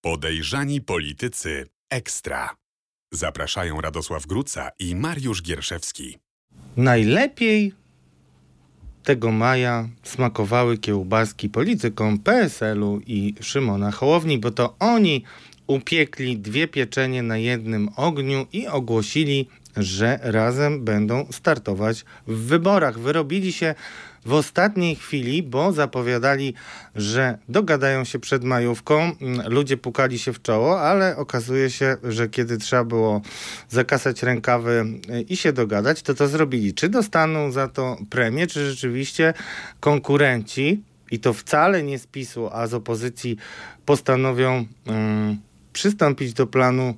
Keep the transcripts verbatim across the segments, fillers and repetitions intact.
Podejrzani politycy ekstra. Zapraszają Radosław Gruca i Mariusz Gierszewski. Najlepiej tego maja smakowały kiełbaski politykom P S L-u i Szymona Hołowni, bo to oni upiekli dwie pieczenie na jednym ogniu i ogłosili, że razem będą startować w wyborach. Wyrobili się w ostatniej chwili, bo zapowiadali, że dogadają się przed majówką. Ludzie pukali się w czoło, ale okazuje się, że kiedy trzeba było zakasać rękawy i się dogadać, to to zrobili. Czy dostaną za to premię, czy rzeczywiście konkurenci, i to wcale nie z PiS-u, a z opozycji, postanowią um, przystąpić do planu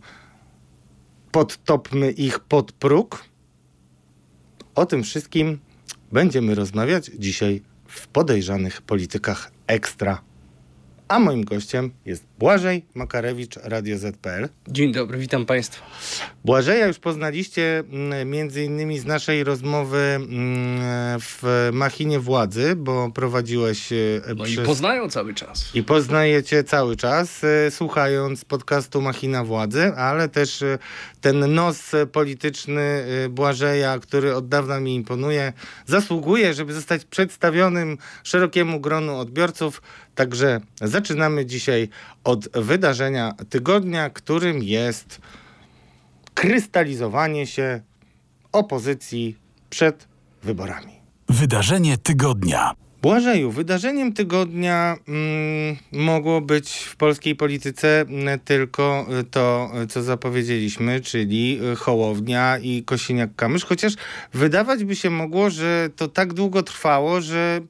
podtopmy ich pod próg? O tym wszystkim będziemy rozmawiać dzisiaj w Podejrzanych Politykach Ekstra. A moim gościem jest Błażej Makarewicz, Radio Z P L. Dzień dobry, witam Państwa. Błażeja już poznaliście między innymi z naszej rozmowy w Machinie Władzy, bo prowadziłeś... No przez... i poznają cały czas. I poznajecie cały czas, słuchając podcastu Machina Władzy, ale też ten nos polityczny Błażeja, który od dawna mi imponuje, zasługuje, żeby zostać przedstawionym szerokiemu gronu odbiorców. Także zaczynamy dzisiaj od wydarzenia tygodnia, którym jest krystalizowanie się opozycji przed wyborami. Wydarzenie tygodnia. Błażeju, wydarzeniem tygodnia mm, mogło być w polskiej polityce tylko to, co zapowiedzieliśmy, czyli Hołownia i Kosiniak-Kamysz, chociaż wydawać by się mogło, że to tak długo trwało, że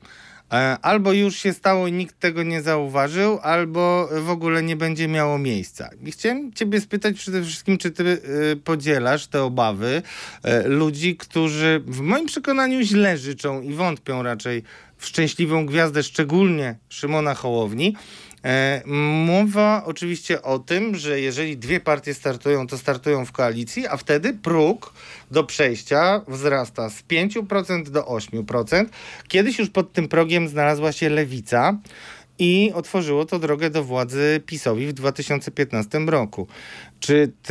albo już się stało i nikt tego nie zauważył, albo w ogóle nie będzie miało miejsca. I chciałem ciebie spytać przede wszystkim, czy ty y, podzielasz te obawy y, ludzi, którzy w moim przekonaniu źle życzą i wątpią raczej w szczęśliwą gwiazdę, szczególnie Szymona Hołowni. E, mowa oczywiście o tym, że jeżeli dwie partie startują, to startują w koalicji, a wtedy próg do przejścia wzrasta z pięć procent do osiem procent. Kiedyś już pod tym progiem znalazła się Lewica i otworzyło to drogę do władzy PiS-owi w dwa tysiące piętnastym roku. Czy ty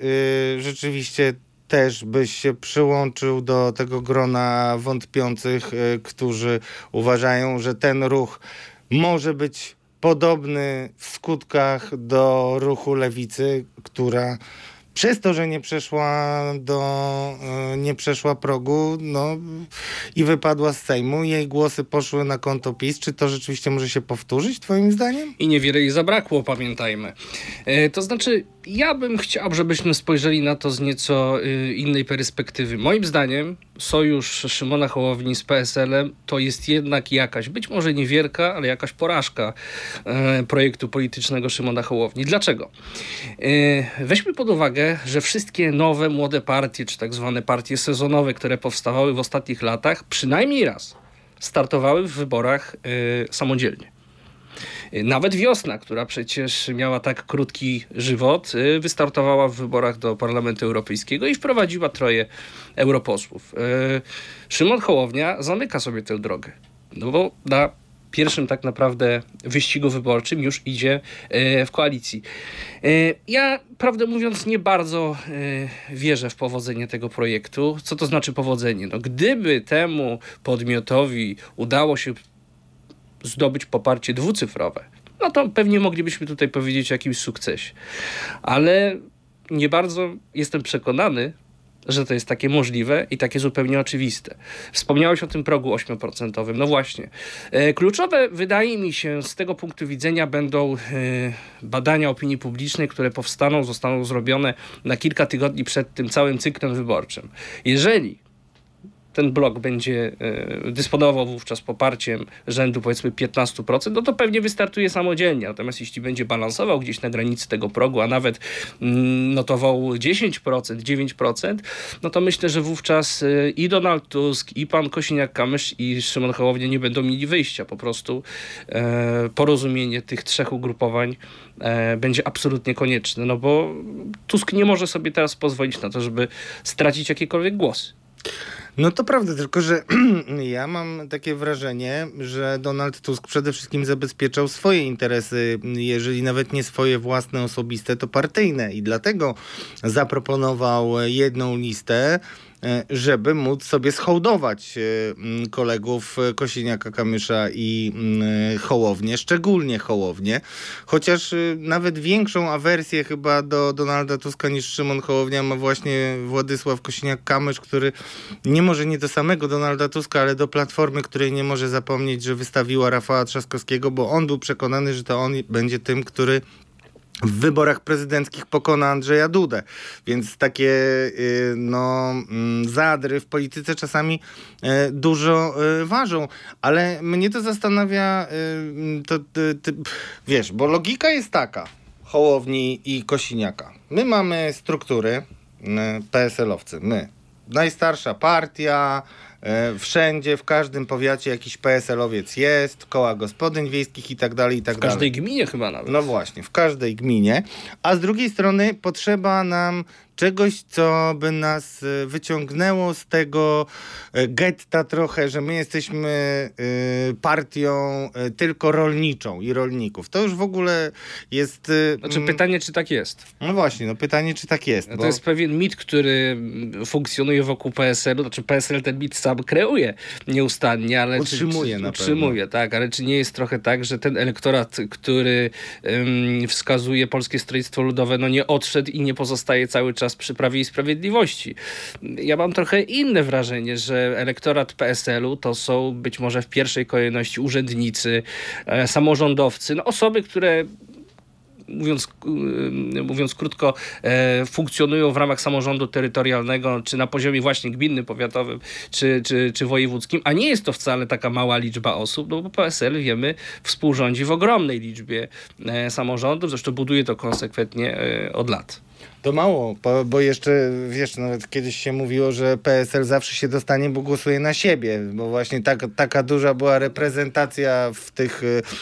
y, rzeczywiście też byś się przyłączył do tego grona wątpiących, y, którzy uważają, że ten ruch może być podobny w skutkach do ruchu Lewicy, która przez to, że nie przeszła do, nie przeszła progu, no i wypadła z Sejmu, jej głosy poszły na konto PiS. Czy to rzeczywiście może się powtórzyć, twoim zdaniem? I niewiele jej zabrakło, pamiętajmy. E, to znaczy, ja bym chciał, żebyśmy spojrzeli na to z nieco y, innej perspektywy. Moim zdaniem sojusz Szymona Hołowni z P S L-em to jest jednak jakaś, być może niewielka, ale jakaś porażka e, projektu politycznego Szymona Hołowni. Dlaczego? E, weźmy pod uwagę, że wszystkie nowe, młode partie, czy tak zwane partie sezonowe, które powstawały w ostatnich latach, przynajmniej raz startowały w wyborach y, samodzielnie. Nawet Wiosna, która przecież miała tak krótki żywot, wystartowała w wyborach do Parlamentu Europejskiego i wprowadziła troje europosłów. Szymon Hołownia zamyka sobie tę drogę, no bo na pierwszym tak naprawdę wyścigu wyborczym już idzie w koalicji. Ja, prawdę mówiąc, nie bardzo wierzę w powodzenie tego projektu. Co to znaczy powodzenie? No, gdyby temu podmiotowi udało się zdobyć poparcie dwucyfrowe, no to pewnie moglibyśmy tutaj powiedzieć o jakimś sukcesie. Ale nie bardzo jestem przekonany, że to jest takie możliwe i takie zupełnie oczywiste. Wspomniałeś o tym progu osiem procent. No właśnie. E, kluczowe, wydaje mi się, z tego punktu widzenia będą e, badania opinii publicznej, które powstaną, zostaną zrobione na kilka tygodni przed tym całym cyklem wyborczym. Jeżeli ten blok będzie y, dysponował wówczas poparciem rzędu powiedzmy piętnaście procent, no to pewnie wystartuje samodzielnie. Natomiast jeśli będzie balansował gdzieś na granicy tego progu, a nawet mm, notował dziesięć procent, dziewięć procent, no to myślę, że wówczas y, i Donald Tusk, i pan Kosiniak-Kamysz, i Szymon Hołownia nie będą mieli wyjścia. Po prostu y, porozumienie tych trzech ugrupowań y, będzie absolutnie konieczne, no bo Tusk nie może sobie teraz pozwolić na to, żeby stracić jakiekolwiek głosy. No to prawda, tylko że ja mam takie wrażenie, że Donald Tusk przede wszystkim zabezpieczał swoje interesy, jeżeli nawet nie swoje własne, osobiste, to partyjne. I dlatego zaproponował jedną listę, żeby móc sobie schołdować kolegów Kosiniaka-Kamysza i Hołownię, szczególnie Hołownię, chociaż nawet większą awersję chyba do Donalda Tuska niż Szymon Hołownia ma właśnie Władysław Kosiniak-Kamysz, który nie może nie do samego Donalda Tuska, ale do Platformy, której nie może zapomnieć, że wystawiła Rafała Trzaskowskiego, bo on był przekonany, że to on będzie tym, który w wyborach prezydenckich pokona Andrzeja Dudę. Więc takie no, zadry w polityce czasami dużo ważą. Ale mnie to zastanawia, to, ty, ty, wiesz, bo logika jest taka, Hołowni i Kosiniaka. My mamy struktury, P S L-owcy, my. Najstarsza partia, wszędzie, w każdym powiacie jakiś P S L-owiec jest, koła gospodyń wiejskich i tak dalej, i tak W dalej. każdej gminie chyba nawet. No właśnie, w każdej gminie. A z drugiej strony potrzeba nam czegoś, co by nas wyciągnęło z tego getta trochę, że my jesteśmy partią tylko rolniczą i rolników. To już w ogóle jest... Znaczy pytanie, czy tak jest? No właśnie, no pytanie, czy tak jest. To bo... jest pewien mit, który funkcjonuje wokół P S L-u. Znaczy P S L ten mit sam kreuje nieustannie, ale... Utrzymuje czy, czy, na Utrzymuje, pewno. tak, ale czy nie jest trochę tak, że ten elektorat, który um, wskazuje Polskie Stronnictwo Ludowe, no nie odszedł i nie pozostaje cały czas przy Prawie i Sprawiedliwości. Ja mam trochę inne wrażenie, że elektorat P S L-u to są być może w pierwszej kolejności urzędnicy, e, samorządowcy, no osoby, które mówiąc, mówiąc krótko, e, funkcjonują w ramach samorządu terytorialnego, czy na poziomie właśnie gminnym, powiatowym, czy, czy, czy wojewódzkim, a nie jest to wcale taka mała liczba osób, no bo P S L, wiemy, współrządzi w ogromnej liczbie e, samorządów, zresztą buduje to konsekwentnie e, od lat. To mało, bo, bo jeszcze, wiesz, nawet kiedyś się mówiło, że P S L zawsze się dostanie, bo głosuje na siebie, bo właśnie tak, taka duża była reprezentacja w tych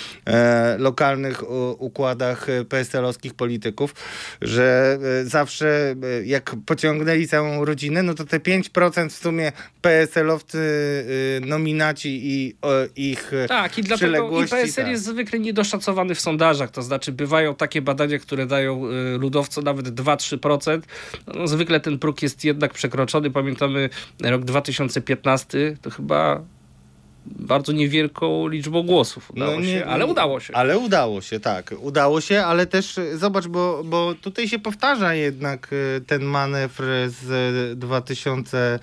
e, lokalnych u, układach P S L-owskich polityków, że e, zawsze e, jak pociągnęli całą rodzinę, no to te pięć procent w sumie P S L-owcy e, nominaci i o, ich Tak, i dlatego i P S L tak. jest zwykle niedoszacowany w sondażach, to znaczy bywają takie badania, które dają y, ludowcom nawet dwa do trzech procent. No, zwykle ten próg jest jednak przekroczony. Pamiętamy rok dwa tysiące piętnasty, to chyba bardzo niewielką liczbą głosów udało no nie, się, ale udało się. Ale udało się, tak. Udało się, ale też zobacz, bo, bo tutaj się powtarza jednak ten manewr z dwa tysiące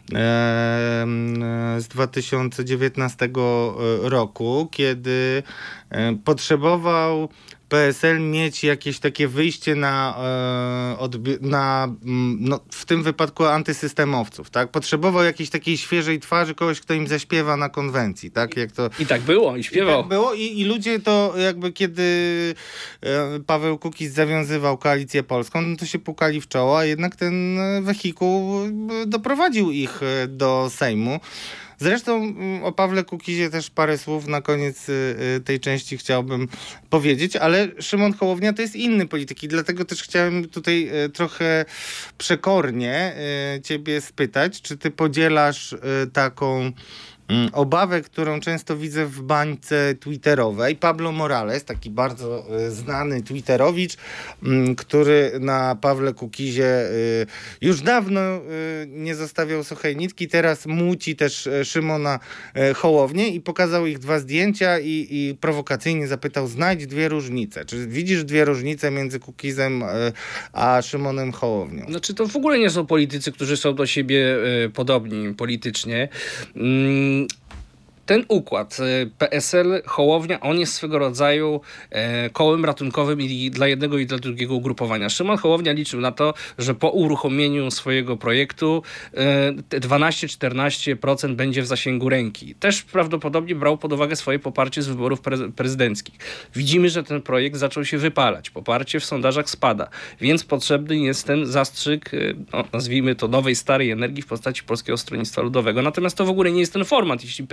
z dwa tysiące dziewiętnastego roku, kiedy potrzebował P S L mieć jakieś takie wyjście na, e, odbi- na no, w tym wypadku antysystemowców, tak? Potrzebował jakiejś takiej świeżej twarzy, kogoś, kto im zaśpiewa na konwencji, tak? Jak to... I tak było, i śpiewał. I tak było i, i ludzie to jakby kiedy e, Paweł Kukiz zawiązywał Koalicję Polską, no to się pukali w czoło, a jednak ten wehikuł doprowadził ich do Sejmu. Zresztą o Pawle Kukizie też parę słów na koniec tej części chciałbym powiedzieć, ale Szymon Hołownia to jest inny polityk i dlatego też chciałem tutaj trochę przekornie ciebie spytać, czy ty podzielasz taką obawę, którą często widzę w bańce twitterowej. Pablo Morales, taki bardzo znany twitterowicz, który na Pawle Kukizie już dawno nie zostawiał suchej nitki, teraz muci też Szymona Hołownię i pokazał ich dwa zdjęcia i, i prowokacyjnie zapytał, znajdź dwie różnice. Czy widzisz dwie różnice między Kukizem a Szymonem Hołownią? Znaczy to w ogóle nie są politycy, którzy są do siebie y, podobni politycznie. Mm. Ten układ P S L, Hołownia, on jest swego rodzaju e, kołem ratunkowym i dla jednego i dla drugiego ugrupowania. Szymon Hołownia liczył na to, że po uruchomieniu swojego projektu e, dwanaście do czternastu procent będzie w zasięgu ręki. Też prawdopodobnie brał pod uwagę swoje poparcie z wyborów pre- prezydenckich. Widzimy, że ten projekt zaczął się wypalać. Poparcie w sondażach spada, więc potrzebny jest ten zastrzyk, e, no, nazwijmy to nowej, starej energii w postaci Polskiego Stronnictwa Ludowego. Natomiast to w ogóle nie jest ten format, jeśli pytasz o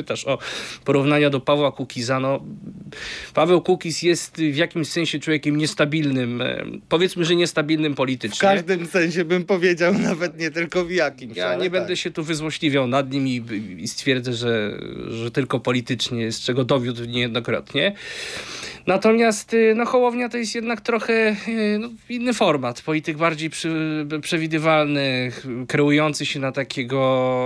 porównania do Pawła Kukiza. No, Paweł Kukiz jest w jakimś sensie człowiekiem niestabilnym, powiedzmy, że niestabilnym politycznie. W każdym sensie bym powiedział, nawet nie tylko w jakimś. Ja nie tak. będę się tu wyzłośliwiał nad nim i, i stwierdzę, że, że tylko politycznie, z czego dowiódł niejednokrotnie. Natomiast no, Hołownia to jest jednak trochę no, inny format. Polityk bardziej przy, przewidywalny, kreujący się na takiego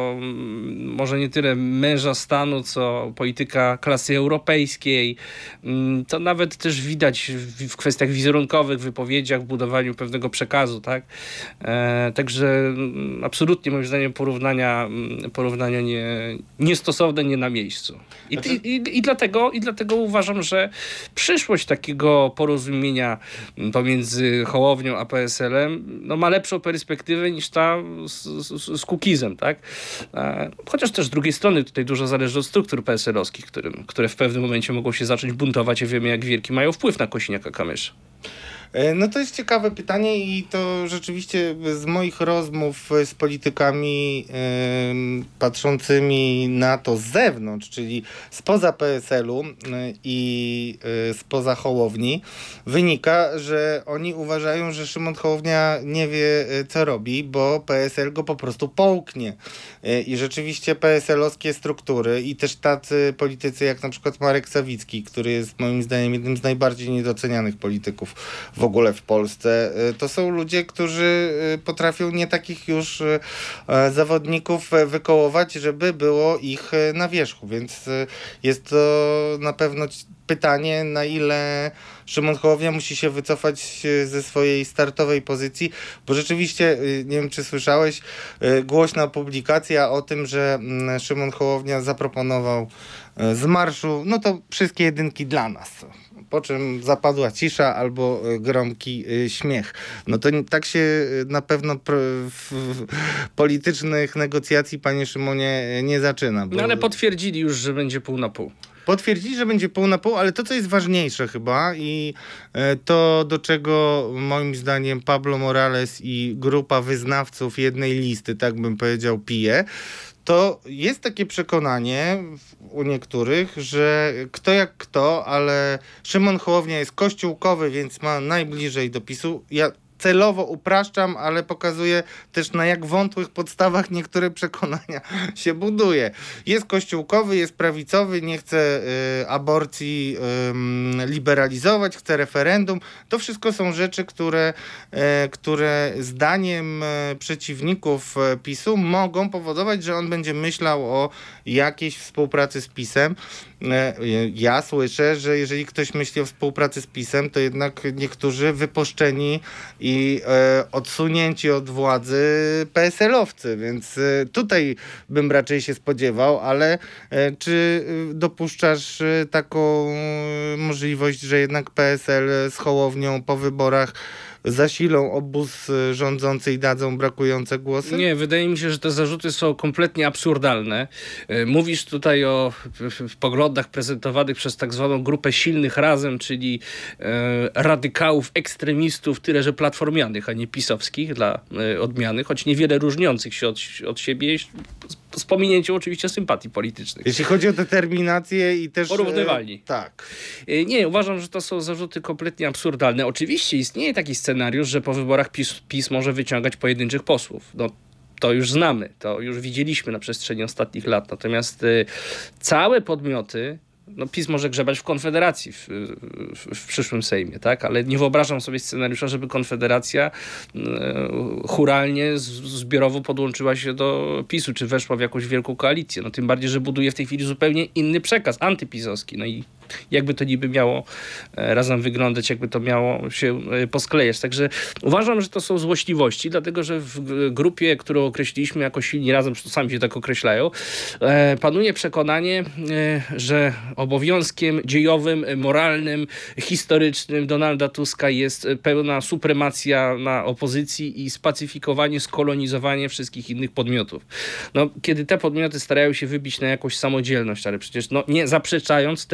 może nie tyle męża stanu, co polityka klasy europejskiej. To nawet też widać w, w kwestiach wizerunkowych, wypowiedziach, w budowaniu pewnego przekazu. Tak? E, także absolutnie moim zdaniem porównania, porównania nie, niestosowne, nie na miejscu. I, Znaczy... i, i, i, dlatego, I dlatego uważam, że przyszłość takiego porozumienia pomiędzy Hołownią a P S L-em no, ma lepszą perspektywę niż ta z, z, z Kukizem, tak? E, chociaż też z drugiej strony tutaj dużo zależy od struktur P S L-owskich, którym, które w pewnym momencie mogą się zacząć buntować i wiemy, jak wielki mają wpływ na Kosiniaka-Kamysza. No to jest ciekawe pytanie i to rzeczywiście z moich rozmów z politykami yy, patrzącymi na to z zewnątrz, czyli spoza P S L-u yy, i yy, spoza Hołowni, wynika, że oni uważają, że Szymon Hołownia nie wie, yy, co robi, bo P S L go po prostu połknie. Yy, I rzeczywiście P S L-owskie struktury i też tacy politycy jak na przykład Marek Sawicki, który jest moim zdaniem jednym z najbardziej niedocenianych polityków w ogóle w Polsce. To są ludzie, którzy potrafią nie takich już zawodników wykołować, żeby było ich na wierzchu, więc jest to na pewno pytanie, na ile Szymon Hołownia musi się wycofać ze swojej startowej pozycji, bo rzeczywiście, nie wiem czy słyszałeś, głośna publikacja o tym, że Szymon Hołownia zaproponował z marszu, no to wszystkie jedynki dla nas. Po czym zapadła cisza albo gromki śmiech. No to tak się na pewno w politycznych negocjacji, panie Szymonie, nie zaczyna. Bo... No ale potwierdzili już, że będzie pół na pół. Potwierdzili, że będzie pół na pół, ale to, co jest ważniejsze chyba i to, do czego moim zdaniem Pablo Morales i grupa wyznawców jednej listy, tak bym powiedział, pije, to jest takie przekonanie u niektórych, że kto jak kto, ale Szymon Hołownia jest kościółkowy, więc ma najbliżej do PiS-u. Ja celowo upraszczam, ale pokazuję też, na jak wątłych podstawach niektóre przekonania się buduje. Jest kościółkowy, jest prawicowy, nie chce y, aborcji y, liberalizować, chce referendum. To wszystko są rzeczy, które, y, które zdaniem y, przeciwników y, PiS-u mogą powodować, że on będzie myślał o jakiejś współpracy z PiS-em. Y, ja słyszę, że jeżeli ktoś myśli o współpracy z PiS-em, to jednak niektórzy wypuszczeni i e, odsunięci od władzy P S L-owcy, więc e, tutaj bym raczej się spodziewał, ale e, czy dopuszczasz e, taką e, możliwość, że jednak P S L z Hołownią po wyborach zasilą obóz rządzący i dadzą brakujące głosy? Nie, wydaje mi się, że te zarzuty są kompletnie absurdalne. Mówisz tutaj o poglądach prezentowanych przez tak zwaną grupę silnych razem, czyli e, radykałów, ekstremistów, tyle że platformianych, a nie pisowskich dla e, odmiany, choć niewiele różniących się od, od siebie, z, z pominięciem oczywiście sympatii politycznych. Jeśli chodzi o determinację i też... Porównywalni. E, tak. E, nie, uważam, że to są zarzuty kompletnie absurdalne. Oczywiście istnieje taki scenariusz, że po wyborach PiS, PiS może wyciągać pojedynczych posłów. No, to już znamy, to już widzieliśmy na przestrzeni ostatnich lat. Natomiast y, całe podmioty, no PiS może grzebać w Konfederacji w, w, w przyszłym Sejmie, tak? Ale nie wyobrażam sobie scenariusza, żeby Konfederacja y, churalnie, z, zbiorowo podłączyła się do PiS-u, czy weszła w jakąś wielką koalicję. No tym bardziej, że buduje w tej chwili zupełnie inny przekaz, antypisowski. No i jakby to niby miało razem wyglądać, jakby to miało się posklejać. Także uważam, że to są złośliwości, dlatego że w grupie, którą określiliśmy jako silni razem, zresztą sami się tak określają, panuje przekonanie, że obowiązkiem dziejowym, moralnym, historycznym Donalda Tuska jest pełna supremacja na opozycji i spacyfikowanie, skolonizowanie wszystkich innych podmiotów. No, kiedy te podmioty starają się wybić na jakąś samodzielność, ale przecież no, nie zaprzeczając też, nie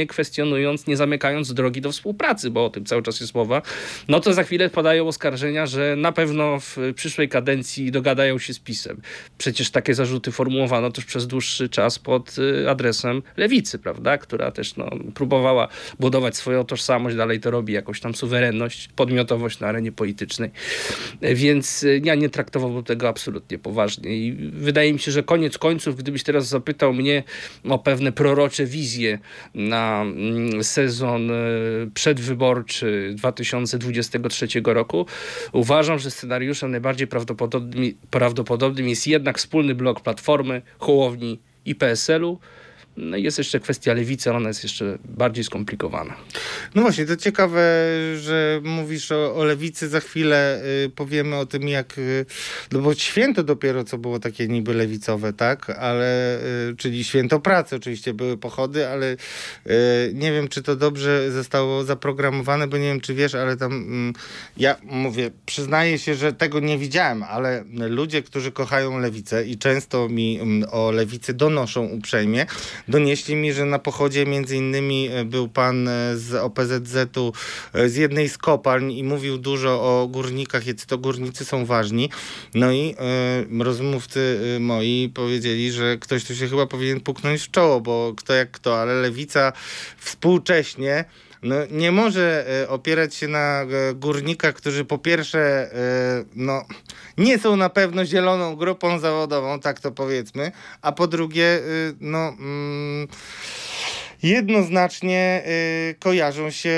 kwestionując, nie zamykając drogi do współpracy, bo o tym cały czas jest mowa, no to za chwilę padają oskarżenia, że na pewno w przyszłej kadencji dogadają się z PiS-em. Przecież takie zarzuty formułowano też przez dłuższy czas pod adresem Lewicy, prawda, która też no, próbowała budować swoją tożsamość, dalej to robi, jakąś tam suwerenność, podmiotowość na arenie politycznej. Więc ja nie traktowałbym tego absolutnie poważnie i wydaje mi się, że koniec końców, gdybyś teraz zapytał mnie o pewne prorocze wizje na sezon przedwyborczy dwa tysiące dwudziestego trzeciego roku, uważam, że scenariuszem najbardziej prawdopodobnym, prawdopodobnym jest jednak wspólny blok Platformy, Hołowni i P S L-u. No i jest jeszcze kwestia Lewicy, ona jest jeszcze bardziej skomplikowana. No właśnie, to ciekawe, że mówisz o, o Lewicy. Za chwilę y, powiemy o tym, jak... Y, no bo święto dopiero co było takie niby lewicowe, tak? Ale, y, czyli święto pracy. Oczywiście były pochody, ale y, nie wiem, czy to dobrze zostało zaprogramowane, bo nie wiem, czy wiesz, ale tam... Y, ja mówię, przyznaję się, że tego nie widziałem, ale ludzie, którzy kochają Lewicę i często mi y, o Lewicy donoszą uprzejmie, donieśli mi, że na pochodzie między innymi był pan z O P Z Z-u z jednej z kopalń i mówił dużo o górnikach, jacy to górnicy są ważni. No i y, rozmówcy moi powiedzieli, że ktoś tu się chyba powinien puknąć w czoło, bo kto jak kto, ale Lewica współcześnie no, nie może y, opierać się na y, górnikach, którzy po pierwsze y, no, nie są na pewno zieloną grupą zawodową, tak to powiedzmy, a po drugie y, no... Mm, jednoznacznie y, kojarzą się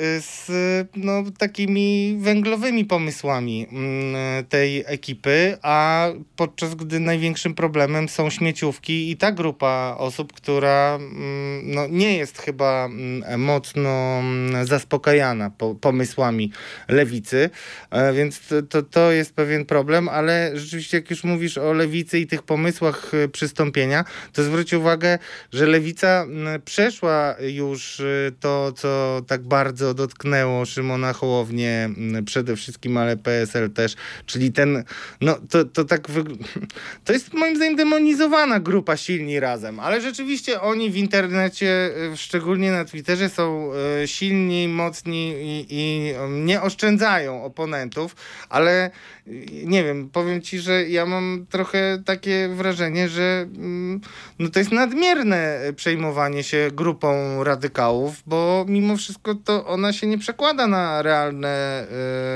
z no, takimi węglowymi pomysłami y, tej ekipy, a podczas gdy największym problemem są śmieciówki i ta grupa osób, która y, no, nie jest chyba y, mocno y, zaspokajana po, pomysłami lewicy, y, więc to, to jest pewien problem, ale rzeczywiście jak już mówisz o lewicy i tych pomysłach y, przystąpienia, to zwróć uwagę, że lewica y, przeszła już to, co tak bardzo dotknęło Szymona Hołownię przede wszystkim, ale P S L też, czyli ten, no to, to tak wygl- to jest moim zdaniem demonizowana grupa Silni Razem, ale rzeczywiście oni w internecie, szczególnie na Twitterze są silni, mocni i, i nie oszczędzają oponentów, ale nie wiem, powiem ci, że ja mam trochę takie wrażenie, że no to jest nadmierne przejmowanie się grupą radykałów, bo mimo wszystko to ona się nie przekłada na realne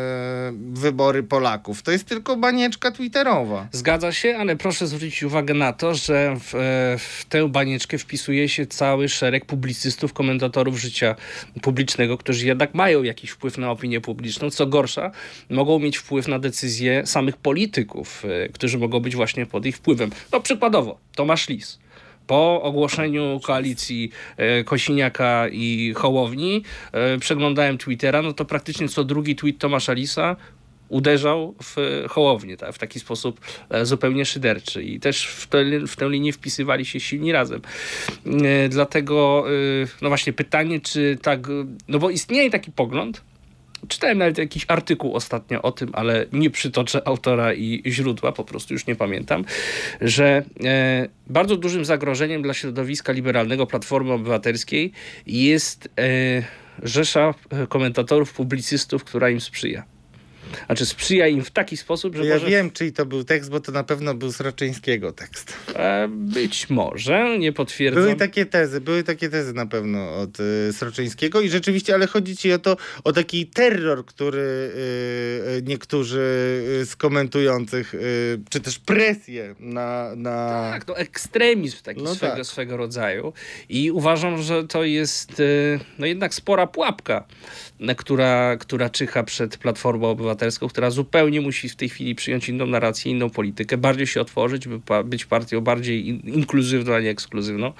yy, wybory Polaków. To jest tylko banieczka twitterowa. Zgadza się, ale proszę zwrócić uwagę na to, że w, w tę banieczkę wpisuje się cały szereg publicystów, komentatorów życia publicznego, którzy jednak mają jakiś wpływ na opinię publiczną. Co gorsza, mogą mieć wpływ na decyzje samych polityków, którzy mogą być właśnie pod ich wpływem. No przykładowo, Tomasz Lis. Po ogłoszeniu koalicji e, Kosiniaka i Hołowni e, przeglądałem Twittera, no to praktycznie co drugi tweet Tomasza Lisa uderzał w Hołownię, tak, w taki sposób e, zupełnie szyderczy. I też w, te, w tę linię wpisywali się Silni Razem. E, dlatego, e, no właśnie pytanie, czy tak, no bo istnieje taki pogląd, czytałem nawet jakiś artykuł ostatnio o tym, ale nie przytoczę autora i źródła, po prostu już nie pamiętam, że e, bardzo dużym zagrożeniem dla środowiska liberalnego Platformy Obywatelskiej jest e, rzesza komentatorów, publicystów, która im sprzyja. Znaczy sprzyja im w taki sposób, że Ja może... wiem, czyj to był tekst, bo to na pewno był z Raczyńskiego tekst. E, być może, nie potwierdzam. Były takie tezy, były takie tezy na pewno od y, Sroczyńskiego i rzeczywiście, ale chodzi ci o to, o taki terror, który y, niektórzy y, z komentujących, y, czy też presję na... na... Tak, no ekstremizm taki No swego, tak. swego rodzaju. I uważam, że to jest y, no jednak spora pułapka, na która, która czyha przed Platformą Obywatelską, która zupełnie musi w tej chwili przyjąć inną narrację, inną politykę, bardziej się otworzyć, by pa- być partią bardziej in- inkluzywną, a nie ekskluzywną.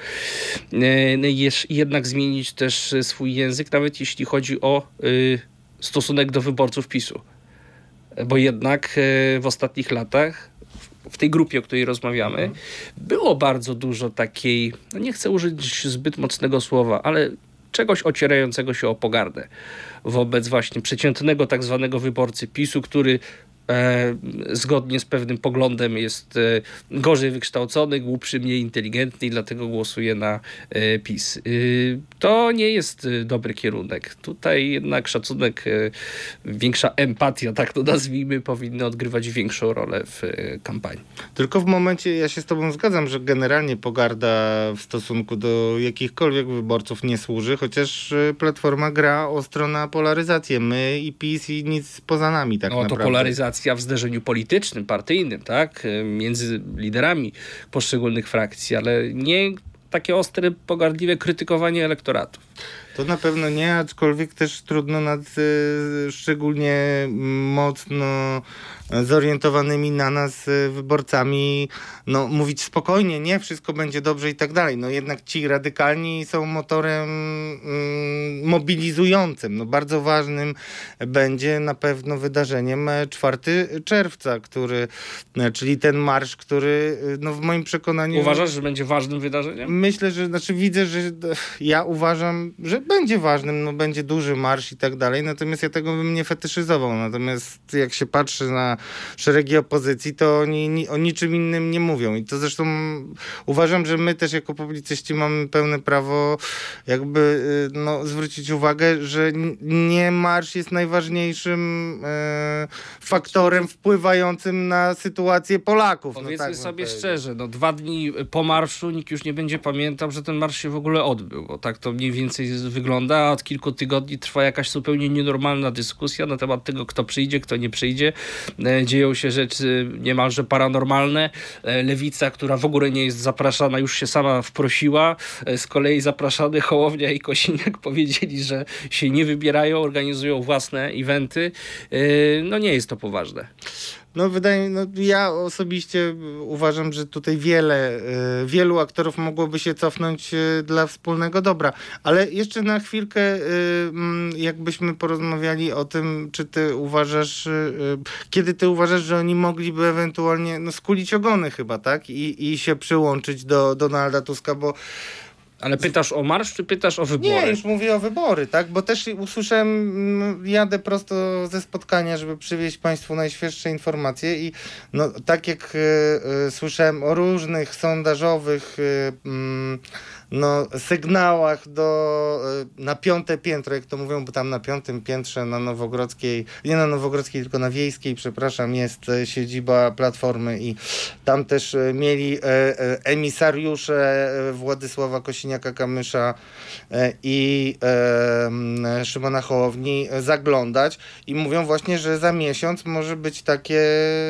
Y, jeż- jednak zmienić też swój język, nawet jeśli chodzi o y, stosunek do wyborców PiSu. Bo jednak y, w ostatnich latach w tej grupie, o której rozmawiamy, mhm. było bardzo dużo takiej, no nie chcę użyć zbyt mocnego słowa, ale czegoś ocierającego się o pogardę wobec właśnie przeciętnego tak zwanego wyborcy PiSu, który e, zgodnie z pewnym poglądem jest e, gorzej wykształcony, głupszy, mniej inteligentny i dlatego głosuje na e, PiS. E, to nie jest e, dobry kierunek. Tutaj jednak szacunek, e, większa empatia, tak to nazwijmy, powinny odgrywać większą rolę w e, kampanii. Tylko w momencie, ja się z tobą zgadzam, że generalnie pogarda w stosunku do jakichkolwiek wyborców nie służy, chociaż e, Platforma gra ostro na polaryzację. My i PiS i nic poza nami tak No to naprawdę. polaryzacja w zderzeniu politycznym, partyjnym, tak? Między liderami poszczególnych frakcji, ale nie takie ostre, pogardliwe krytykowanie elektoratu. To na pewno nie, aczkolwiek też trudno nad y, szczególnie mocno zorientowanymi na nas y, wyborcami no, mówić spokojnie, nie, wszystko będzie dobrze i tak dalej. No jednak ci radykalni są motorem y, mobilizującym. No, bardzo ważnym będzie na pewno wydarzeniem czwartego czerwca, który, y, czyli ten marsz, który y, no, w moim przekonaniu... Uważasz, że będzie ważnym wydarzeniem? Myślę, że, znaczy widzę, że ja uważam, że będzie ważnym, no będzie duży marsz i tak dalej, natomiast ja tego bym nie fetyszyzował. Natomiast jak się patrzy na szeregi opozycji, to oni ni, o niczym innym nie mówią. I to zresztą uważam, że my też jako publicyści mamy pełne prawo jakby no, zwrócić uwagę, że nie marsz jest najważniejszym e, faktorem wpływającym na sytuację Polaków. Powiedzmy no tak sobie powiedzieć. szczerze, no dwa dni po marszu nikt już nie będzie pamiętał, że ten marsz się w ogóle odbył, bo tak to mniej więcej wygląda, a od kilku tygodni trwa jakaś zupełnie nienormalna dyskusja na temat tego, kto przyjdzie, kto nie przyjdzie. E, dzieją się rzeczy niemalże paranormalne. E, Lewica, która w ogóle nie jest zapraszana, już się sama wprosiła. E, z kolei zapraszany Hołownia i Kosiniak powiedzieli, że się nie wybierają, organizują własne eventy. E, no nie jest to poważne. No wydaje mi no ja osobiście uważam, że tutaj wiele, y, wielu aktorów mogłoby się cofnąć y, dla wspólnego dobra. Ale jeszcze na chwilkę y, y, jakbyśmy porozmawiali o tym, czy ty uważasz, y, y, kiedy ty uważasz, że oni mogliby ewentualnie no, skulić ogony chyba, tak? I, i się przyłączyć do Donalda Tuska, bo Ale pytasz o marsz, czy pytasz o wybory? Nie, już mówię o wybory, tak? Bo też usłyszałem, mm, jadę prosto ze spotkania, żeby przywieźć Państwu najświeższe informacje i no, tak jak y, y, słyszałem o różnych sondażowych y, mm, no, sygnałach do, y, na piąte piętro, jak to mówią, bo tam na piątym piętrze na Nowogrodzkiej, nie na Nowogrodzkiej, tylko na Wiejskiej, przepraszam, jest y, siedziba Platformy i tam też y, mieli y, y, emisariusze y, Władysława Kosiniaka-Kamysza y, i y, Szymona Hołowni zaglądać i mówią właśnie, że za miesiąc może być takie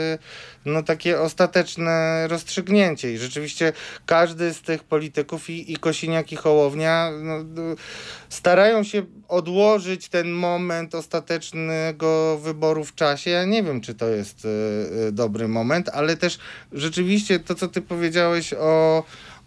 no takie ostateczne rozstrzygnięcie i rzeczywiście każdy z tych polityków i, i Kosiniak i Hołownia no, starają się odłożyć ten moment ostatecznego wyboru w czasie. Ja nie wiem, czy to jest y, y, dobry moment, ale też rzeczywiście to, co ty powiedziałeś o,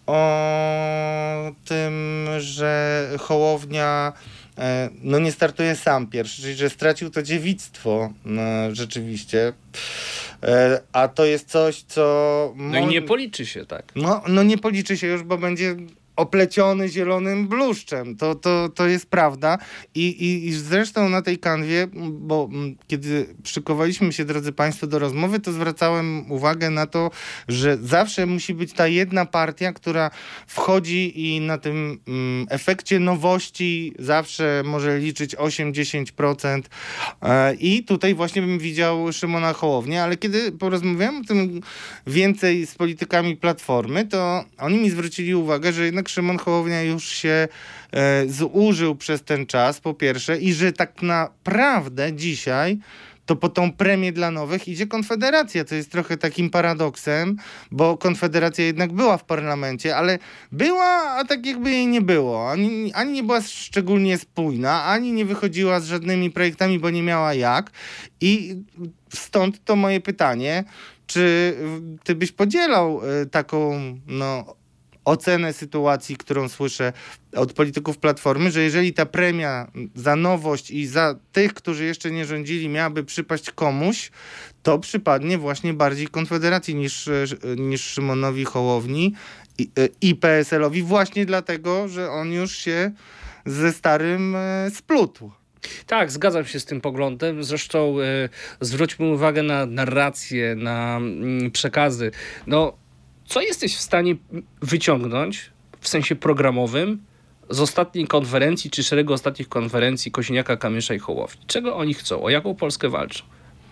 o tym, że Hołownia no nie startuje sam pierwszy, czyli że stracił to dziewictwo no, rzeczywiście. A to jest coś, co... No i nie policzy się, tak. No, no nie policzy się już, bo będzie opleciony zielonym bluszczem. To, to, to jest prawda. I, i, I zresztą na tej kanwie, bo m, kiedy szykowaliśmy się, drodzy Państwo, do rozmowy, to zwracałem uwagę na to, że zawsze musi być ta jedna partia, która wchodzi i na tym m, efekcie nowości zawsze może liczyć osiem do dziesięciu procent. E, I tutaj właśnie bym widział Szymona Hołownię, ale kiedy porozmawiałem o tym więcej z politykami Platformy, to oni mi zwrócili uwagę, że jednak Szymon Hołownia już się e, zużył przez ten czas, po pierwsze, i że tak naprawdę dzisiaj to po tą premię dla nowych idzie Konfederacja, co jest trochę takim paradoksem, bo Konfederacja jednak była w parlamencie, ale była, a tak jakby jej nie było. Ani, ani nie była szczególnie spójna, ani nie wychodziła z żadnymi projektami, bo nie miała jak. I stąd to moje pytanie, czy ty byś podzielał y, taką, no, ocenę sytuacji, którą słyszę od polityków Platformy, że jeżeli ta premia za nowość i za tych, którzy jeszcze nie rządzili, miałaby przypaść komuś, to przypadnie właśnie bardziej Konfederacji niż, niż Szymonowi Hołowni i, i P S L-owi właśnie dlatego, że on już się ze starym splótł. Tak, zgadzam się z tym poglądem. Zresztą e, zwróćmy uwagę na narrację, na mm, przekazy. No, co jesteś w stanie wyciągnąć w sensie programowym z ostatniej konferencji, czy szeregu ostatnich konferencji Kosiniaka, Kamysza i Hołowni? Czego oni chcą? O jaką Polskę walczą?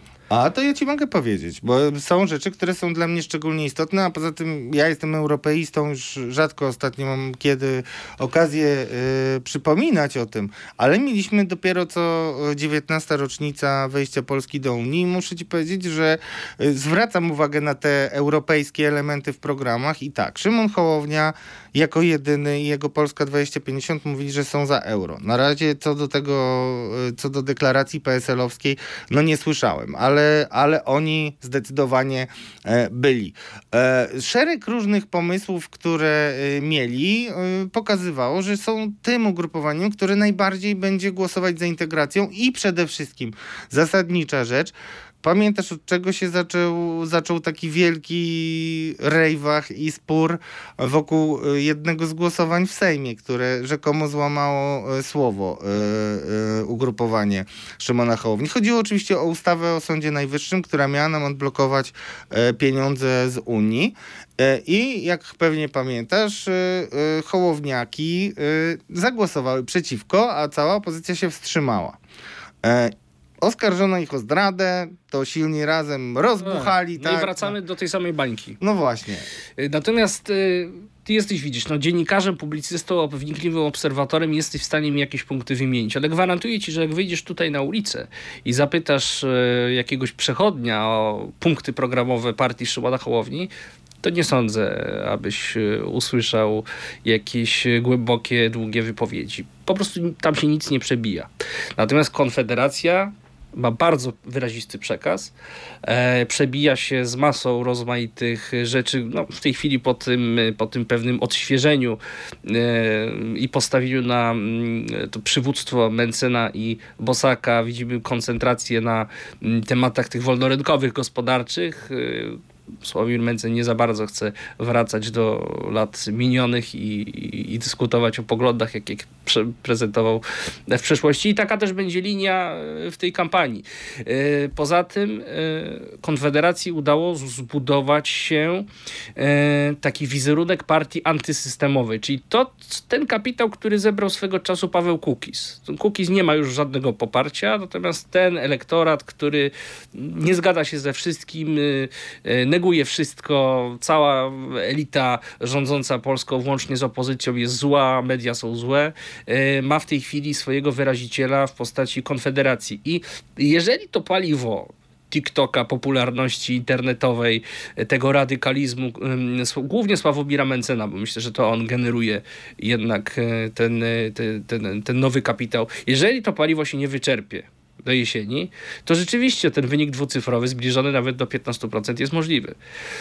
A to ja ci mogę powiedzieć, bo są rzeczy, które są dla mnie szczególnie istotne, a poza tym ja jestem europeistą, już rzadko ostatnio mam kiedy okazję y, przypominać o tym, ale mieliśmy dopiero co dziewiętnasta rocznica wejścia Polski do Unii i muszę ci powiedzieć, że y, zwracam uwagę na te europejskie elementy w programach i tak, Szymon Hołownia jako jedyny i jego Polska dwieście pięćdziesiąt mówili, że są za euro. Na razie co do tego, y, co do deklaracji P S L-owskiej, no nie słyszałem, ale Ale, ale oni zdecydowanie e, byli. E, szereg różnych pomysłów, które e, mieli, e, pokazywało, że są tym ugrupowaniem, które najbardziej będzie głosować za integracją i przede wszystkim zasadnicza rzecz. Pamiętasz, od czego się zaczął, zaczął taki wielki rejwach i spór wokół jednego z głosowań w Sejmie, które rzekomo złamało słowo y, y, ugrupowanie Szymona Hołowni. Chodziło oczywiście o ustawę o Sądzie Najwyższym, która miała nam odblokować y, pieniądze z Unii. Y, I jak pewnie pamiętasz, y, y, hołowniaki y, zagłosowały przeciwko, a cała opozycja się wstrzymała. Y, Oskarżono ich o zdradę, to silni razem rozbuchali. No tak, i wracamy no. do tej samej bańki. No właśnie. Natomiast y, ty jesteś, widzisz, no dziennikarzem, publicystą, wnikliwym obserwatorem, jesteś w stanie mi jakieś punkty wymienić, ale gwarantuję ci, że jak wyjdziesz tutaj na ulicę i zapytasz y, jakiegoś przechodnia o punkty programowe partii Szymona Hołowni, to nie sądzę, abyś usłyszał jakieś głębokie, długie wypowiedzi. Po prostu tam się nic nie przebija. Natomiast Konfederacja ma bardzo wyrazisty przekaz. E, przebija się z masą rozmaitych rzeczy. No, w tej chwili po tym, po tym pewnym odświeżeniu e, i postawieniu na e, to przywództwo Mentzena i Bosaka widzimy koncentrację na m, tematach tych wolnorynkowych, gospodarczych. E, Sławomir Mentzen nie za bardzo chce wracać do lat minionych i, i, i dyskutować o poglądach, jakie prze, prezentował w przeszłości. I taka też będzie linia w tej kampanii. Poza tym Konfederacji udało zbudować się taki wizerunek partii antysystemowej, czyli to ten kapitał, który zebrał swego czasu Paweł Kukiz. Kukiz nie ma już żadnego poparcia, natomiast ten elektorat, który nie zgadza się ze wszystkim, neguje wszystko, cała elita rządząca Polską włącznie z opozycją jest zła, media są złe, ma w tej chwili swojego wyraziciela w postaci Konfederacji. I jeżeli to paliwo TikToka, popularności internetowej, tego radykalizmu, głównie Sławomira Mentzena, bo myślę, że to on generuje jednak ten, ten, ten, ten nowy kapitał. Jeżeli to paliwo się nie wyczerpie do jesieni, to rzeczywiście ten wynik dwucyfrowy, zbliżony nawet do piętnaście procent jest możliwy.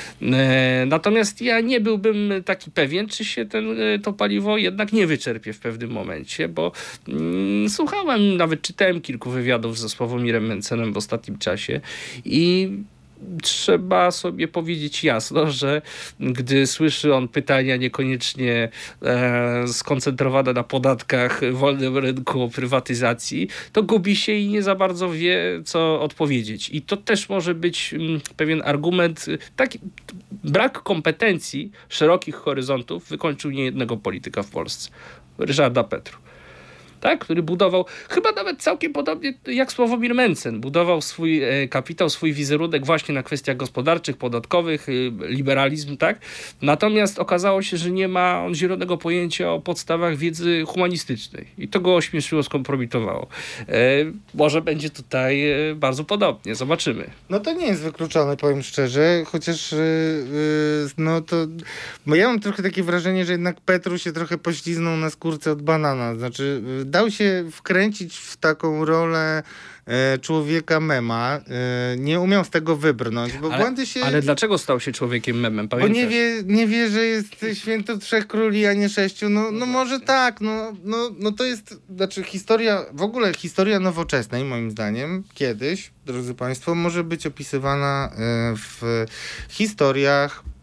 E, natomiast ja nie byłbym taki pewien, czy się ten, to paliwo jednak nie wyczerpie w pewnym momencie, bo mm, słuchałem, nawet czytałem kilku wywiadów ze Sławomirem Mentzenem w ostatnim czasie i trzeba sobie powiedzieć jasno, że gdy słyszy on pytania niekoniecznie e, skoncentrowane na podatkach, wolnym rynku, prywatyzacji, to gubi się i nie za bardzo wie, co odpowiedzieć. I to też może być m, pewien argument. Taki brak kompetencji, szerokich horyzontów wykończył niejednego polityka w Polsce. Ryszarda Petru. Tak, który budował, chyba nawet całkiem podobnie jak Sławomir Mentzen, budował swój e, kapitał, swój wizerunek właśnie na kwestiach gospodarczych, podatkowych, e, liberalizm, tak? Natomiast okazało się, że nie ma on zielonego pojęcia o podstawach wiedzy humanistycznej i to go ośmieszyło, skompromitowało. E, może będzie tutaj e, bardzo podobnie, zobaczymy. No to nie jest wykluczone, powiem szczerze, chociaż yy, yy, no to, bo ja mam trochę takie wrażenie, że jednak Petru się trochę pośliznął na skórce od banana, znaczy yy, dał się wkręcić w taką rolę e, człowieka mema. E, nie umiał z tego wybrnąć, bo ale, błędy się... Ale dlaczego stał się człowiekiem memem? Pamiętasz? Bo nie wie, nie wie, że jest święto trzech króli, a nie sześciu. No, no, no może tak, no, no, no to jest, znaczy historia, w ogóle historia nowoczesnej, moim zdaniem, kiedyś, drodzy państwo, może być opisywana e, w historiach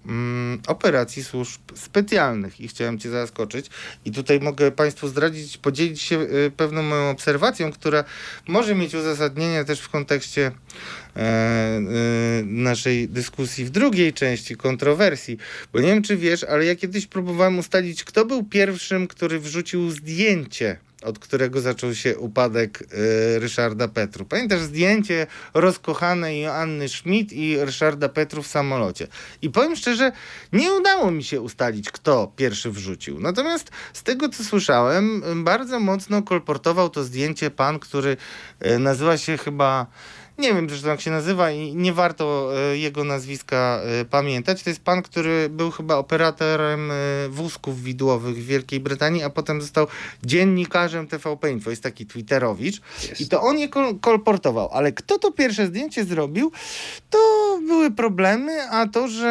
mm, operacji służb specjalnych i chciałem cię zaskoczyć. I tutaj mogę państwu zdradzić, podzielić się y, pewną moją obserwacją, która może mieć uzasadnienie też w kontekście e, e, naszej dyskusji w drugiej części, kontrowersji. Bo nie wiem, czy wiesz, ale ja kiedyś próbowałem ustalić, kto był pierwszym, który wrzucił zdjęcie, od którego zaczął się upadek y, Ryszarda Petru. Pamiętasz zdjęcie rozkochanej Joanny Schmidt i Ryszarda Petru w samolocie. I powiem szczerze, nie udało mi się ustalić, kto pierwszy wrzucił. Natomiast z tego, co słyszałem, bardzo mocno kolportował to zdjęcie pan, który y, nazywa się chyba... Nie wiem zresztą jak się nazywa i nie warto y, jego nazwiska y, pamiętać. To jest pan, który był chyba operatorem y, wózków widłowych w Wielkiej Brytanii, a potem został dziennikarzem T V P Info. Jest taki twitterowicz. Jest. I to on je kol- kolportował. Ale kto to pierwsze zdjęcie zrobił, to były problemy, a to, że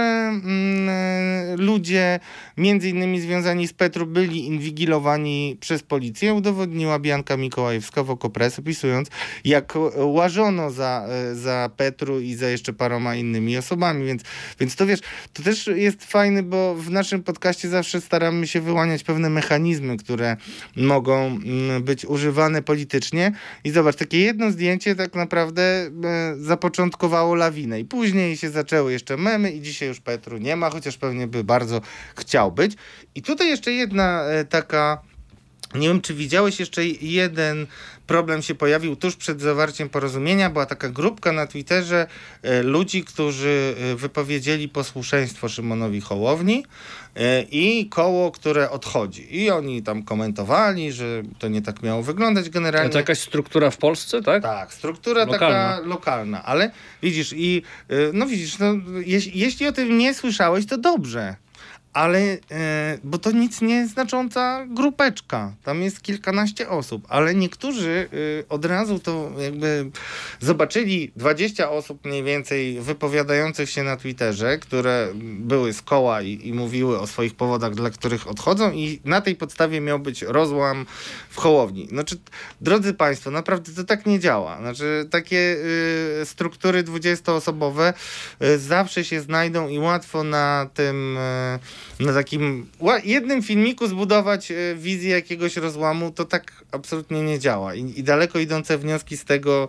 mm, ludzie między innymi związani z Petru byli inwigilowani przez policję, udowodniła Bianka Mikołajewska w Okopres, opisując, jak łażono za za Petru i za jeszcze paroma innymi osobami, więc, więc to wiesz, to też jest fajne, bo w naszym podcaście zawsze staramy się wyłaniać pewne mechanizmy, które mogą być używane politycznie i zobacz, takie jedno zdjęcie tak naprawdę e, zapoczątkowało lawinę i później się zaczęły jeszcze memy i dzisiaj już Petru nie ma, chociaż pewnie by bardzo chciał być. I tutaj jeszcze jedna e, taka, nie wiem, czy widziałeś, jeszcze jeden problem się pojawił tuż przed zawarciem porozumienia. Była taka grupka na Twitterze e, ludzi, którzy e, wypowiedzieli posłuszeństwo Szymonowi Hołowni e, i koło, które odchodzi. I oni tam komentowali, że to nie tak miało wyglądać generalnie. To jakaś struktura w Polsce, tak? Tak, struktura lokalna. Taka lokalna. Ale widzisz, i e, no widzisz, no, jeś, jeśli o tym nie słyszałeś, to dobrze. Ale, e, bo to nic nie znacząca grupeczka. Tam jest kilkanaście osób, ale niektórzy e, od razu to jakby zobaczyli dwadzieścia osób mniej więcej wypowiadających się na Twitterze, które były z koła i, i mówiły o swoich powodach, dla których odchodzą i na tej podstawie miał być rozłam w Hołowni. Znaczy, drodzy państwo, naprawdę to tak nie działa. Znaczy, takie e, struktury dwudziestoosobowe e, zawsze się znajdą i łatwo na tym e, na takim jednym filmiku zbudować wizję jakiegoś rozłamu, to tak absolutnie nie działa. I, i daleko idące wnioski z tego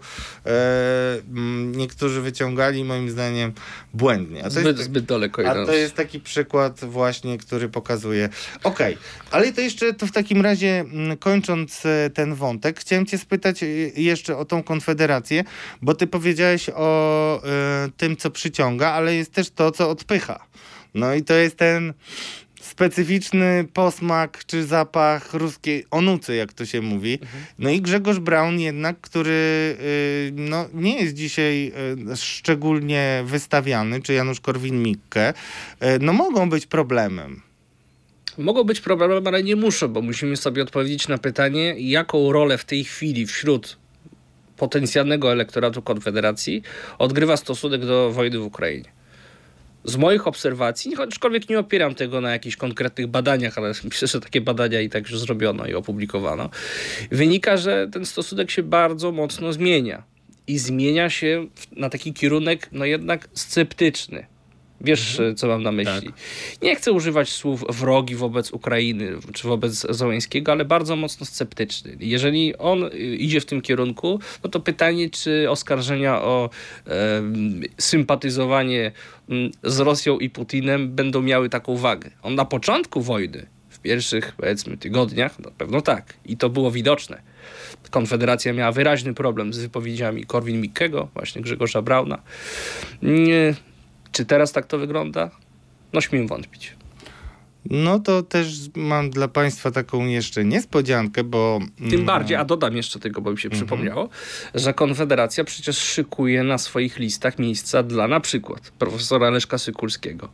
e, niektórzy wyciągali, moim zdaniem, błędnie. A to zbyt, jest, zbyt daleko idące. A to jest taki przykład właśnie, który pokazuje. Okej, okay. Ale to jeszcze to w takim razie, kończąc ten wątek, chciałem cię spytać jeszcze o tą Konfederację, bo ty powiedziałeś o e, tym, co przyciąga, ale jest też to, co odpycha. No i to jest ten specyficzny posmak czy zapach ruskiej onucy, jak to się mówi. Mhm. No i Grzegorz Braun jednak, który yy, no, nie jest dzisiaj yy, szczególnie wystawiany, czy Janusz Korwin-Mikke, yy, no mogą być problemem. Mogą być problemem, ale nie muszą, bo musimy sobie odpowiedzieć na pytanie, jaką rolę w tej chwili wśród potencjalnego elektoratu Konfederacji odgrywa stosunek do wojny w Ukrainie. Z moich obserwacji, aczkolwiek nie opieram tego na jakichś konkretnych badaniach, ale myślę, że takie badania i tak już zrobiono i opublikowano, wynika, że ten stosunek się bardzo mocno zmienia. I zmienia się na taki kierunek, no jednak sceptyczny. Wiesz, mhm. co mam na myśli. Tak. Nie chcę używać słów wrogi wobec Ukrainy czy wobec Zełenskiego, ale bardzo mocno sceptyczny. Jeżeli on idzie w tym kierunku, no to pytanie, czy oskarżenia o e, sympatyzowanie z Rosją i Putinem będą miały taką wagę. On na początku wojny, w pierwszych, powiedzmy, tygodniach, na pewno tak. I to było widoczne. Konfederacja miała wyraźny problem z wypowiedziami Korwin-Mikkego, właśnie Grzegorza Brauna. Nie. Czy teraz tak to wygląda? No śmiem wątpić. No to też mam dla państwa taką jeszcze niespodziankę, bo... Tym bardziej, a dodam jeszcze tego, bo mi się mm-hmm. przypomniało, że Konfederacja przecież szykuje na swoich listach miejsca dla na przykład profesora Leszka Sykulskiego.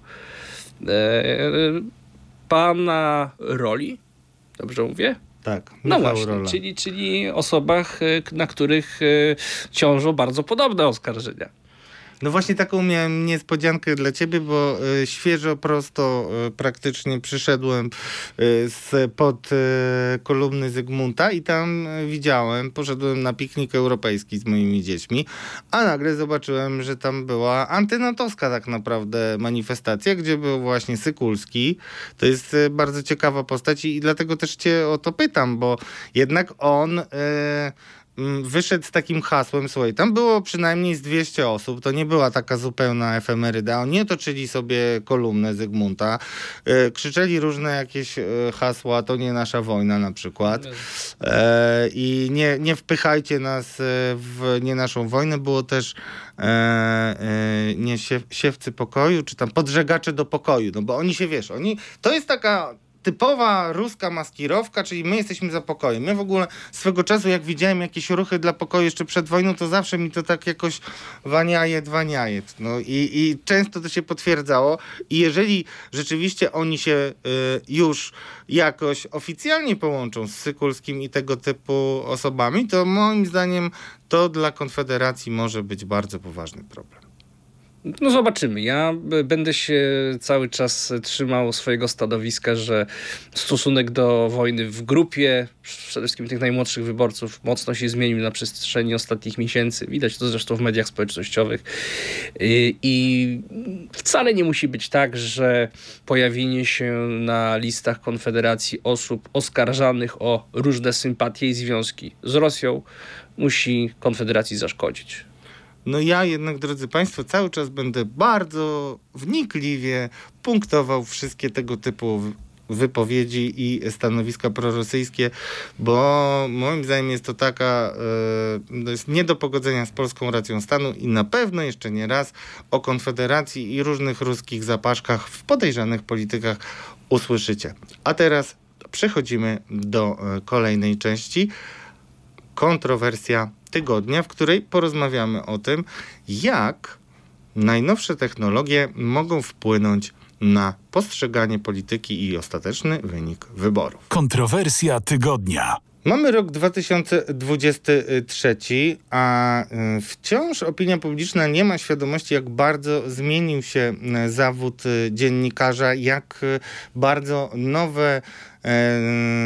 Eee, pana Roli? Dobrze mówię? Tak. No właśnie, czyli, czyli osobach, na których ciążą bardzo podobne oskarżenia. No właśnie taką miałem niespodziankę dla ciebie, bo y, świeżo, prosto y, praktycznie przyszedłem y, spod y, kolumny Zygmunta i tam y, widziałem, poszedłem na piknik europejski z moimi dziećmi, a nagle zobaczyłem, że tam była antynatowska tak naprawdę manifestacja, gdzie był właśnie Sykulski. To jest y, bardzo ciekawa postać i, i dlatego też cię o to pytam, bo jednak on... Y, wyszedł z takim hasłem, słuchaj, tam było przynajmniej z dwieście osób, to nie była taka zupełna efemeryda, oni otoczyli sobie kolumnę Zygmunta, e, krzyczeli różne jakieś e, hasła, to nie nasza wojna na przykład e, i nie, nie wpychajcie nas w nie naszą wojnę, było też e, e, nie siew, siewcy pokoju, czy tam podżegacze do pokoju, no bo oni się, wiesz, oni, to jest taka typowa ruska maskirowka, czyli my jesteśmy za pokojem. Ja w ogóle swego czasu, jak widziałem jakieś ruchy dla pokoju jeszcze przed wojną, to zawsze mi to tak jakoś waniaje, dwaniaje. No i, i często to się potwierdzało. I jeżeli rzeczywiście oni się y, już jakoś oficjalnie połączą z Sykulskim i tego typu osobami, to moim zdaniem to dla Konfederacji może być bardzo poważny problem. No zobaczymy. Ja będę się cały czas trzymał swojego stanowiska, że stosunek do wojny w grupie, przede wszystkim tych najmłodszych wyborców, mocno się zmienił na przestrzeni ostatnich miesięcy. Widać to zresztą w mediach społecznościowych. I wcale nie musi być tak, że pojawienie się na listach Konfederacji osób oskarżanych o różne sympatie i związki z Rosją musi Konfederacji zaszkodzić. No ja jednak, drodzy Państwo, cały czas będę bardzo wnikliwie punktował wszystkie tego typu wypowiedzi i stanowiska prorosyjskie, bo moim zdaniem jest to taka, to jest nie do pogodzenia z polską racją stanu i na pewno jeszcze nie raz o Konfederacji i różnych ruskich zapaszkach w podejrzanych politykach usłyszycie. A teraz przechodzimy do kolejnej części. Kontrowersja tygodnia, w której porozmawiamy o tym, jak najnowsze technologie mogą wpłynąć na postrzeganie polityki i ostateczny wynik wyborów. Kontrowersja tygodnia. Mamy rok dwa tysiące dwudziesty trzeci, a wciąż opinia publiczna nie ma świadomości, jak bardzo zmienił się zawód dziennikarza, jak bardzo nowe e,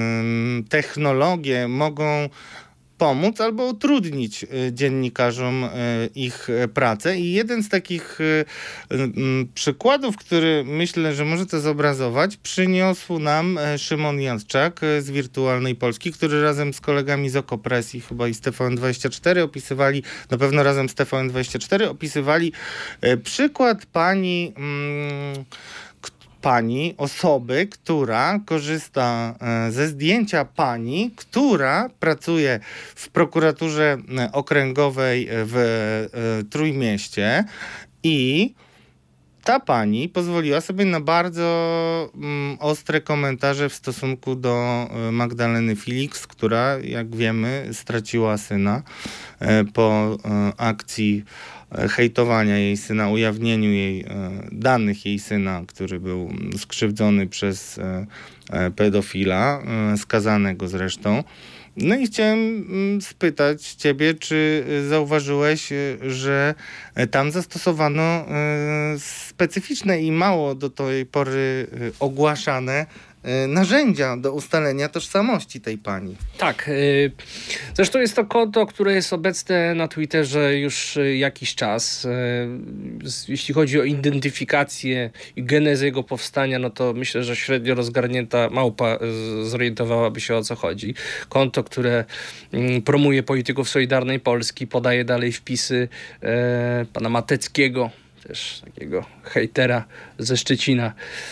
technologie mogą pomóc albo utrudnić dziennikarzom ich pracę. I jeden z takich przykładów, który myślę, że może to zobrazować, przyniósł nam Szymon Jędrzak z Wirtualnej Polski, który razem z kolegami z Okopres i chyba i z T V N dwadzieścia cztery opisywali, na pewno razem z T V N dwadzieścia cztery opisywali przykład pani mm, pani, osoby, która korzysta ze zdjęcia pani, która pracuje w prokuraturze okręgowej w Trójmieście i ta pani pozwoliła sobie na bardzo mm, ostre komentarze w stosunku do Magdaleny Felix, która, jak wiemy, straciła syna e, po e, akcji hejtowania jej syna, ujawnieniu jej e, danych jej syna, który był skrzywdzony przez e, e, pedofila, e, skazanego zresztą. No i chciałem spytać ciebie, czy zauważyłeś, że tam zastosowano specyficzne i mało do tej pory ogłaszane narzędzia do ustalenia tożsamości tej pani. Tak. Zresztą jest to konto, które jest obecne na Twitterze już jakiś czas. Jeśli chodzi o identyfikację i genezę jego powstania, no to myślę, że średnio rozgarnięta małpa zorientowałaby się, o co chodzi. Konto, które promuje polityków Solidarnej Polski, podaje dalej wpisy pana Mateckiego, też takiego hejtera ze Szczecina,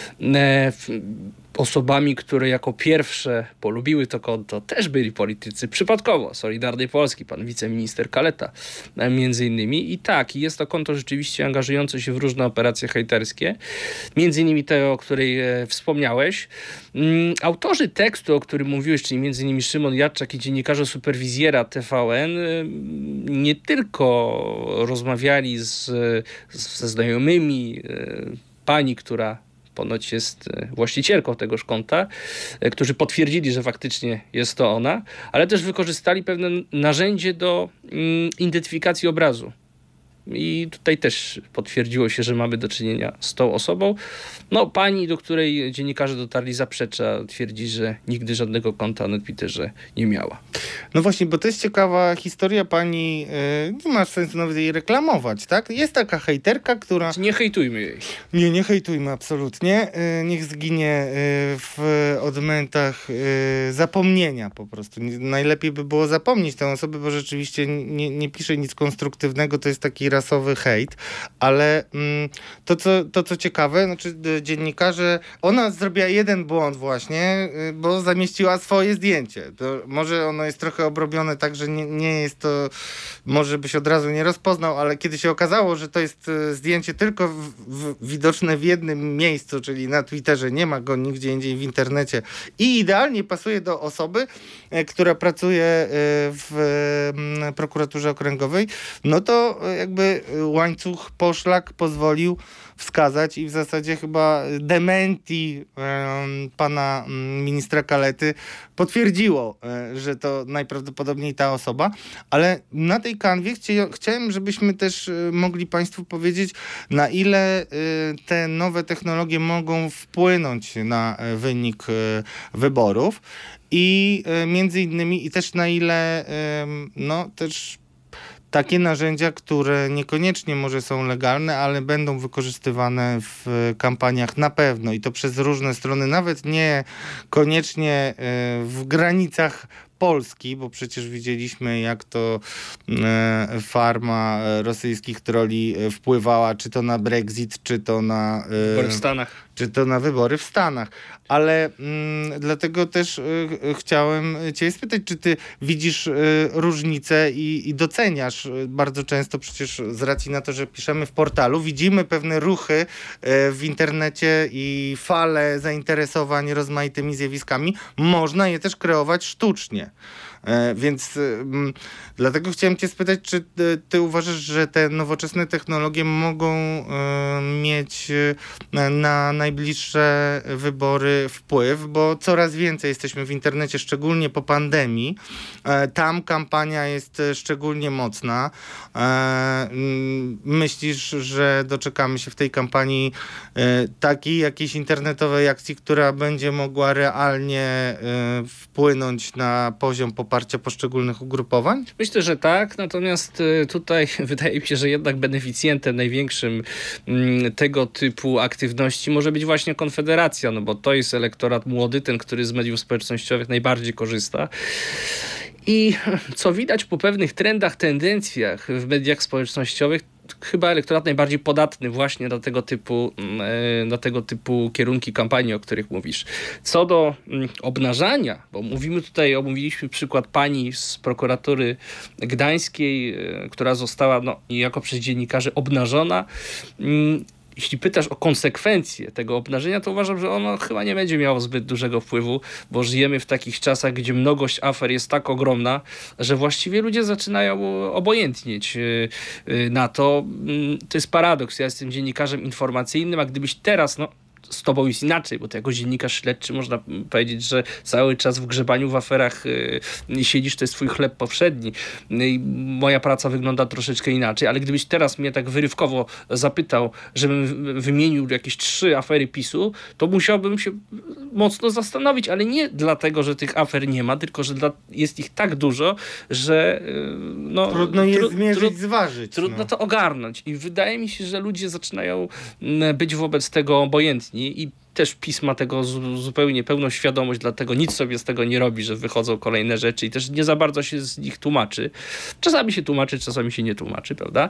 osobami, które jako pierwsze polubiły to konto, też byli politycy przypadkowo Solidarnej Polski, pan wiceminister Kaleta między innymi. I tak, jest to konto rzeczywiście angażujące się w różne operacje hejterskie, między innymi te, o której e, wspomniałeś. Mm, autorzy tekstu, o którym mówiłeś, czyli między innymi Szymon Jędrzak i dziennikarze superwizjera T V N, e, nie tylko rozmawiali z, z, ze znajomymi e, pani, która ponoć jest właścicielką tegoż konta, którzy potwierdzili, że faktycznie jest to ona, ale też wykorzystali pewne narzędzie do mm, identyfikacji obrazu. i tutaj też potwierdziło się, że mamy do czynienia z tą osobą. No pani, do której dziennikarze dotarli, zaprzecza, twierdzi, że nigdy żadnego konta na Twitterze nie miała. No właśnie, bo to jest ciekawa historia pani, yy, nie ma sensu nawet jej reklamować, tak? Jest taka hejterka, która... Nie hejtujmy jej. Nie, nie hejtujmy absolutnie. Yy, niech zginie yy, w odmętach yy, zapomnienia po prostu. Nie, najlepiej by było zapomnieć tę osobę, bo rzeczywiście nie, nie pisze nic konstruktywnego, to jest taki rasowy hejt, ale mm, to, co, to co ciekawe, znaczy dziennikarze, ona zrobiła jeden błąd właśnie, yy, bo zamieściła swoje zdjęcie. To może ono jest trochę obrobione tak, że nie, nie jest to, może byś od razu nie rozpoznał, ale kiedy się okazało, że to jest yy, zdjęcie tylko w, w, widoczne w jednym miejscu, czyli na Twitterze, nie ma go nigdzie indziej w internecie i idealnie pasuje do osoby, yy, która pracuje yy, w yy, prokuraturze okręgowej, no to yy, jakby łańcuch poszlak pozwolił wskazać i w zasadzie chyba dementi um, pana um, ministra Kalety potwierdziło, um, że to najprawdopodobniej ta osoba, ale na tej kanwie chcie, chciałem, żebyśmy też um, mogli państwu powiedzieć, na ile um, te nowe technologie mogą wpłynąć na um, wynik um, wyborów i um, między innymi i też na ile um, no też takie narzędzia, które niekoniecznie może są legalne, ale będą wykorzystywane w kampaniach na pewno i to przez różne strony, nawet nie koniecznie w granicach Polski, bo przecież widzieliśmy, jak to e, farma rosyjskich troli wpływała, czy to na Brexit, czy to na... E, wybory w Stanach. Czy to na wybory w Stanach. Ale mm, dlatego też y, chciałem cię spytać, czy ty widzisz y, różnicę i, i doceniasz y, bardzo często, przecież z racji na to, że piszemy w portalu, widzimy pewne ruchy y, w internecie i fale zainteresowań rozmaitymi zjawiskami. Można je też kreować sztucznie. E, więc m, dlatego chciałem cię spytać, czy ty, ty uważasz, że te nowoczesne technologie mogą e, mieć e, na najbliższe wybory wpływ, bo coraz więcej jesteśmy w internecie, szczególnie po pandemii. E, tam kampania jest szczególnie mocna. E, m, myślisz, że doczekamy się w tej kampanii e, takiej jakiejś internetowej akcji, która będzie mogła realnie e, wpłynąć na poziom poparcia poszczególnych ugrupowań? Myślę, że tak, natomiast tutaj wydaje mi się, że jednak beneficjentem największym tego typu aktywności może być właśnie Konfederacja, no bo to jest elektorat młody, ten, który z mediów społecznościowych najbardziej korzysta. I co widać po pewnych trendach, tendencjach w mediach społecznościowych, chyba elektorat najbardziej podatny właśnie na tego typu, na tego typu kierunki kampanii, o których mówisz. Co do obnażania, bo mówimy tutaj, omówiliśmy przykład pani z prokuratury gdańskiej, która została no, niejako przez dziennikarzy obnażona. Jeśli pytasz o konsekwencje tego obnażenia, to uważam, że ono chyba nie będzie miało zbyt dużego wpływu, bo żyjemy w takich czasach, gdzie mnogość afer jest tak ogromna, że właściwie ludzie zaczynają obojętnieć na to. To jest paradoks. Ja jestem dziennikarzem informacyjnym, a gdybyś teraz, no z tobą jest inaczej, bo ty jako dziennikarz śledczy można powiedzieć, że cały czas w grzebaniu w aferach yy, siedzisz, to jest twój chleb powszedni. I moja praca wygląda troszeczkę inaczej, ale gdybyś teraz mnie tak wyrywkowo zapytał, żebym wymienił jakieś trzy afery PiSu, to musiałbym się mocno zastanowić, ale nie dlatego, że tych afer nie ma, tylko że dla, jest ich tak dużo, że yy, no, trudno je tru, zmierzyć, tru, zważyć. Trudno no. to ogarnąć i wydaje mi się, że ludzie zaczynają być wobec tego obojętni i też PiS ma tego z, zupełnie pełną świadomość, dlatego nic sobie z tego nie robi, że wychodzą kolejne rzeczy i też nie za bardzo się z nich tłumaczy. Czasami się tłumaczy, czasami się nie tłumaczy, prawda?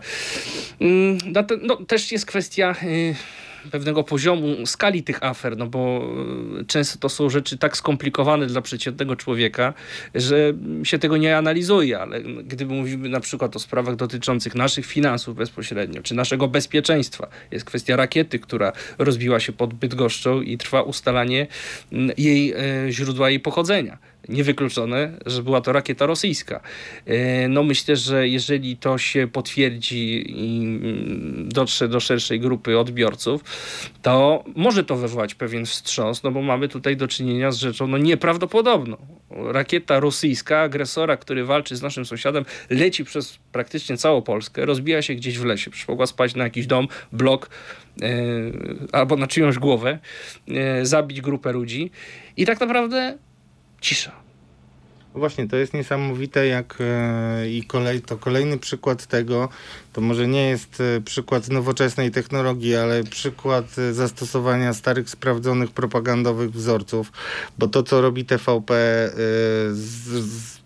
No, też jest kwestia pewnego poziomu, skali tych afer, no bo często to są rzeczy tak skomplikowane dla przeciętnego człowieka, że się tego nie analizuje, ale gdyby mówimy na przykład o sprawach dotyczących naszych finansów bezpośrednio, czy naszego bezpieczeństwa, jest kwestia rakiety, która rozbiła się pod Bydgoszczą i trwa ustalanie jej źródła jej pochodzenia. Niewykluczone, że była to rakieta rosyjska. No myślę, że jeżeli to się potwierdzi i dotrze do szerszej grupy odbiorców, to może to wywołać pewien wstrząs, no bo mamy tutaj do czynienia z rzeczą no nieprawdopodobną. Rakieta rosyjska, agresora, który walczy z naszym sąsiadem, leci przez praktycznie całą Polskę, rozbija się gdzieś w lesie, przecież mogła spaść na jakiś dom, blok yy, albo na czyjąś głowę, yy, zabić grupę ludzi i tak naprawdę cisza. Właśnie, to jest niesamowite, jak e, i kolej, to kolejny przykład tego, to może nie jest e, przykład nowoczesnej technologii, ale przykład e, zastosowania starych, sprawdzonych, propagandowych wzorców, bo to, co robi T V P e, z, z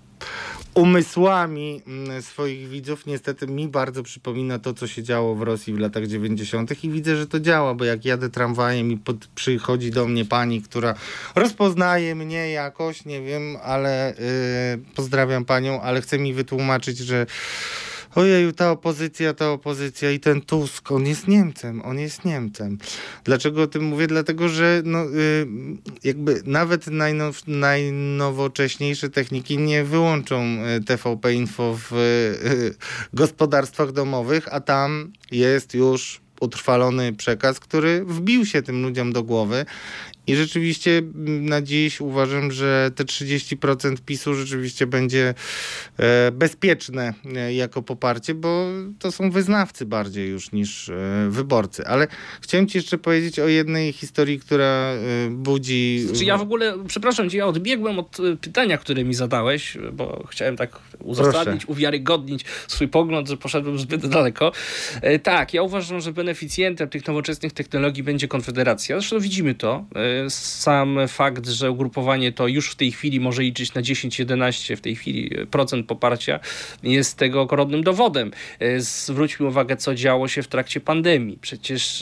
umysłami mm, swoich widzów, niestety mi bardzo przypomina to, co się działo w Rosji w latach dziewięćdziesiątych i widzę, że to działa, bo jak jadę tramwajem i pod, przychodzi do mnie pani, która rozpoznaje mnie jakoś, nie wiem, ale yy, pozdrawiam panią, ale chce mi wytłumaczyć, że ojeju, ta opozycja, ta opozycja i ten Tusk, on jest Niemcem, on jest Niemcem. Dlaczego o tym mówię? Dlatego, że no, y, jakby nawet najnow, najnowocześniejsze techniki nie wyłączą T V P Info w y, gospodarstwach domowych, a tam jest już utrwalony przekaz, który wbił się tym ludziom do głowy. I rzeczywiście na dziś uważam, że te trzydzieści procent PiSu rzeczywiście będzie e, bezpieczne e, jako poparcie, bo to są wyznawcy bardziej już niż e, wyborcy. Ale chciałem ci jeszcze powiedzieć o jednej historii, która e, budzi... Czy ja w ogóle, przepraszam cię, ja odbiegłem od pytania, które mi zadałeś, bo chciałem tak uzasadnić, Proszę. uwiarygodnić swój pogląd, że poszedłem zbyt daleko. E, tak, ja uważam, że beneficjentem tych nowoczesnych technologii będzie Konfederacja. Zresztą widzimy to. E, Sam fakt, że ugrupowanie to już w tej chwili może liczyć na dziesięć jedenaście w tej chwili procent poparcia jest tego koronnym dowodem. Zwróćmy uwagę, co działo się w trakcie pandemii. Przecież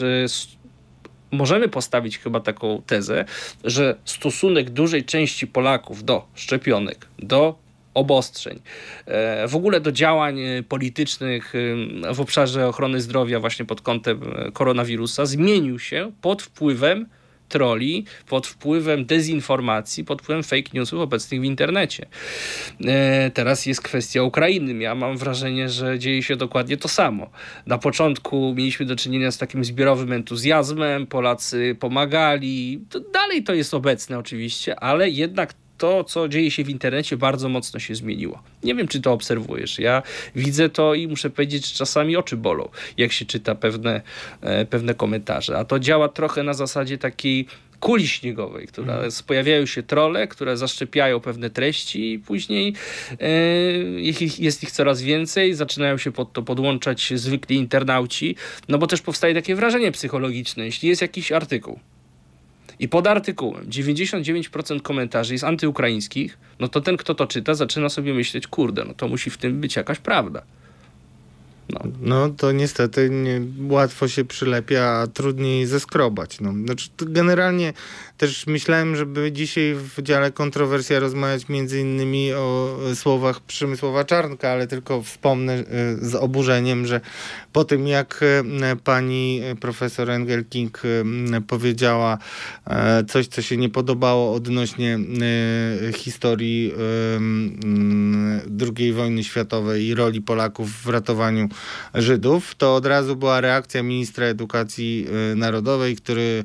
możemy postawić chyba taką tezę, że stosunek dużej części Polaków do szczepionek, do obostrzeń, w ogóle do działań politycznych w obszarze ochrony zdrowia właśnie pod kątem koronawirusa zmienił się pod wpływem troli, pod wpływem dezinformacji, pod wpływem fake newsów obecnych w internecie. E, teraz jest kwestia Ukrainy. Ja mam wrażenie, że dzieje się dokładnie to samo. Na początku mieliśmy do czynienia z takim zbiorowym entuzjazmem, Polacy pomagali. To dalej to jest obecne oczywiście, ale jednak to, co dzieje się w internecie, bardzo mocno się zmieniło. Nie wiem, czy to obserwujesz. Ja widzę to i muszę powiedzieć, że czasami oczy bolą, jak się czyta pewne, e, pewne komentarze. A to działa trochę na zasadzie takiej kuli śniegowej, która hmm. pojawiają się trolle, które zaszczepiają pewne treści i później e, ich, jest ich coraz więcej, zaczynają się pod to podłączać zwykli internauci, no bo też powstaje takie wrażenie psychologiczne, jeśli jest jakiś artykuł i pod artykułem dziewięćdziesiąt dziewięć procent komentarzy jest antyukraińskich, no to ten, kto to czyta, zaczyna sobie myśleć, kurde, no to musi w tym być jakaś prawda. No, no to niestety nie, łatwo się przylepia, a trudniej zeskrobać. No. Znaczy, generalnie też myślałem, żeby dzisiaj w dziale kontrowersja rozmawiać między innymi o słowach Przemysława Czarnka, ale tylko wspomnę z oburzeniem, że po tym jak pani profesor Engelking powiedziała coś, co się nie podobało odnośnie historii drugiej wojny światowej i roli Polaków w ratowaniu Żydów, to od razu była reakcja ministra edukacji narodowej, który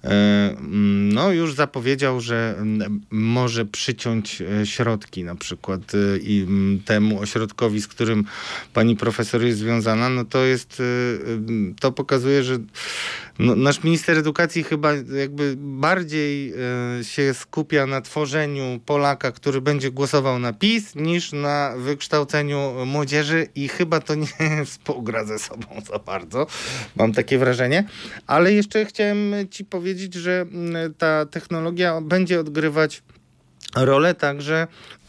no, już zapowiedział, że może przyciąć środki na przykład i temu ośrodkowi, z którym pani profesor jest związana, no to jest, to pokazuje, że no, nasz minister edukacji chyba jakby bardziej y, się skupia na tworzeniu Polaka, który będzie głosował na PiS, niż na wykształceniu młodzieży i chyba to nie współgra ze sobą za bardzo. Mam takie wrażenie. Ale jeszcze chciałem ci powiedzieć, że ta technologia będzie odgrywać rolę także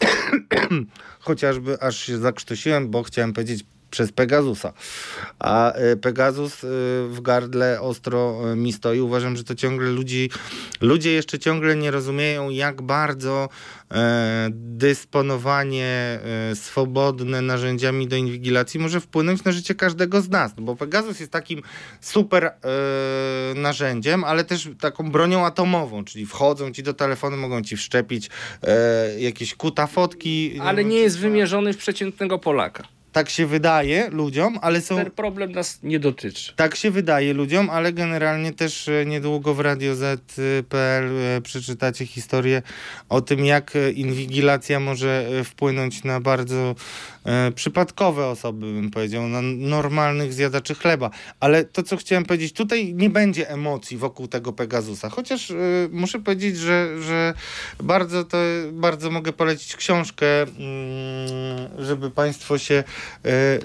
chociażby aż się zakrztusiłem, bo chciałem powiedzieć przez Pegasusa. A Pegasus w gardle ostro mi stoi. Uważam, że to ciągle ludzi, ludzie jeszcze ciągle nie rozumieją, jak bardzo e, dysponowanie e, swobodne narzędziami do inwigilacji może wpłynąć na życie każdego z nas. No bo Pegasus jest takim super e, narzędziem, ale też taką bronią atomową, czyli wchodzą ci do telefonu, mogą ci wszczepić e, jakieś kuta fotki. ale nie jest wymierzony w przeciętnego Polaka. Tak się wydaje ludziom, ale są... Ten problem nas nie dotyczy. Tak się wydaje ludziom, ale generalnie też e, niedługo w radio zet kropka pe el e, przeczytacie historię o tym, jak e, inwigilacja może e, wpłynąć na bardzo e, przypadkowe osoby, bym powiedział, na normalnych zjadaczy chleba. Ale to, co chciałem powiedzieć, tutaj nie będzie emocji wokół tego Pegasusa. Chociaż e, muszę powiedzieć, że, że bardzo to, bardzo mogę polecić książkę, mm, żeby państwo się e, e, e,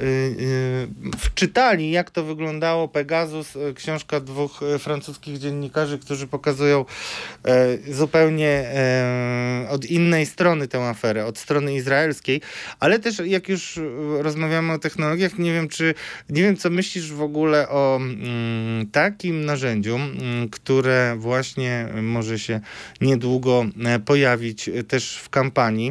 wczytali, jak to wyglądało Pegasus. E, książka dwóch e, francuskich dziennikarzy, którzy pokazują e, zupełnie e, od innej strony tę aferę, od strony izraelskiej, ale też jak już rozmawiamy o technologiach, nie wiem, czy nie wiem, co myślisz w ogóle o mm, takim narzędziu, mm, które właśnie może się niedługo e, pojawić e, też w kampanii.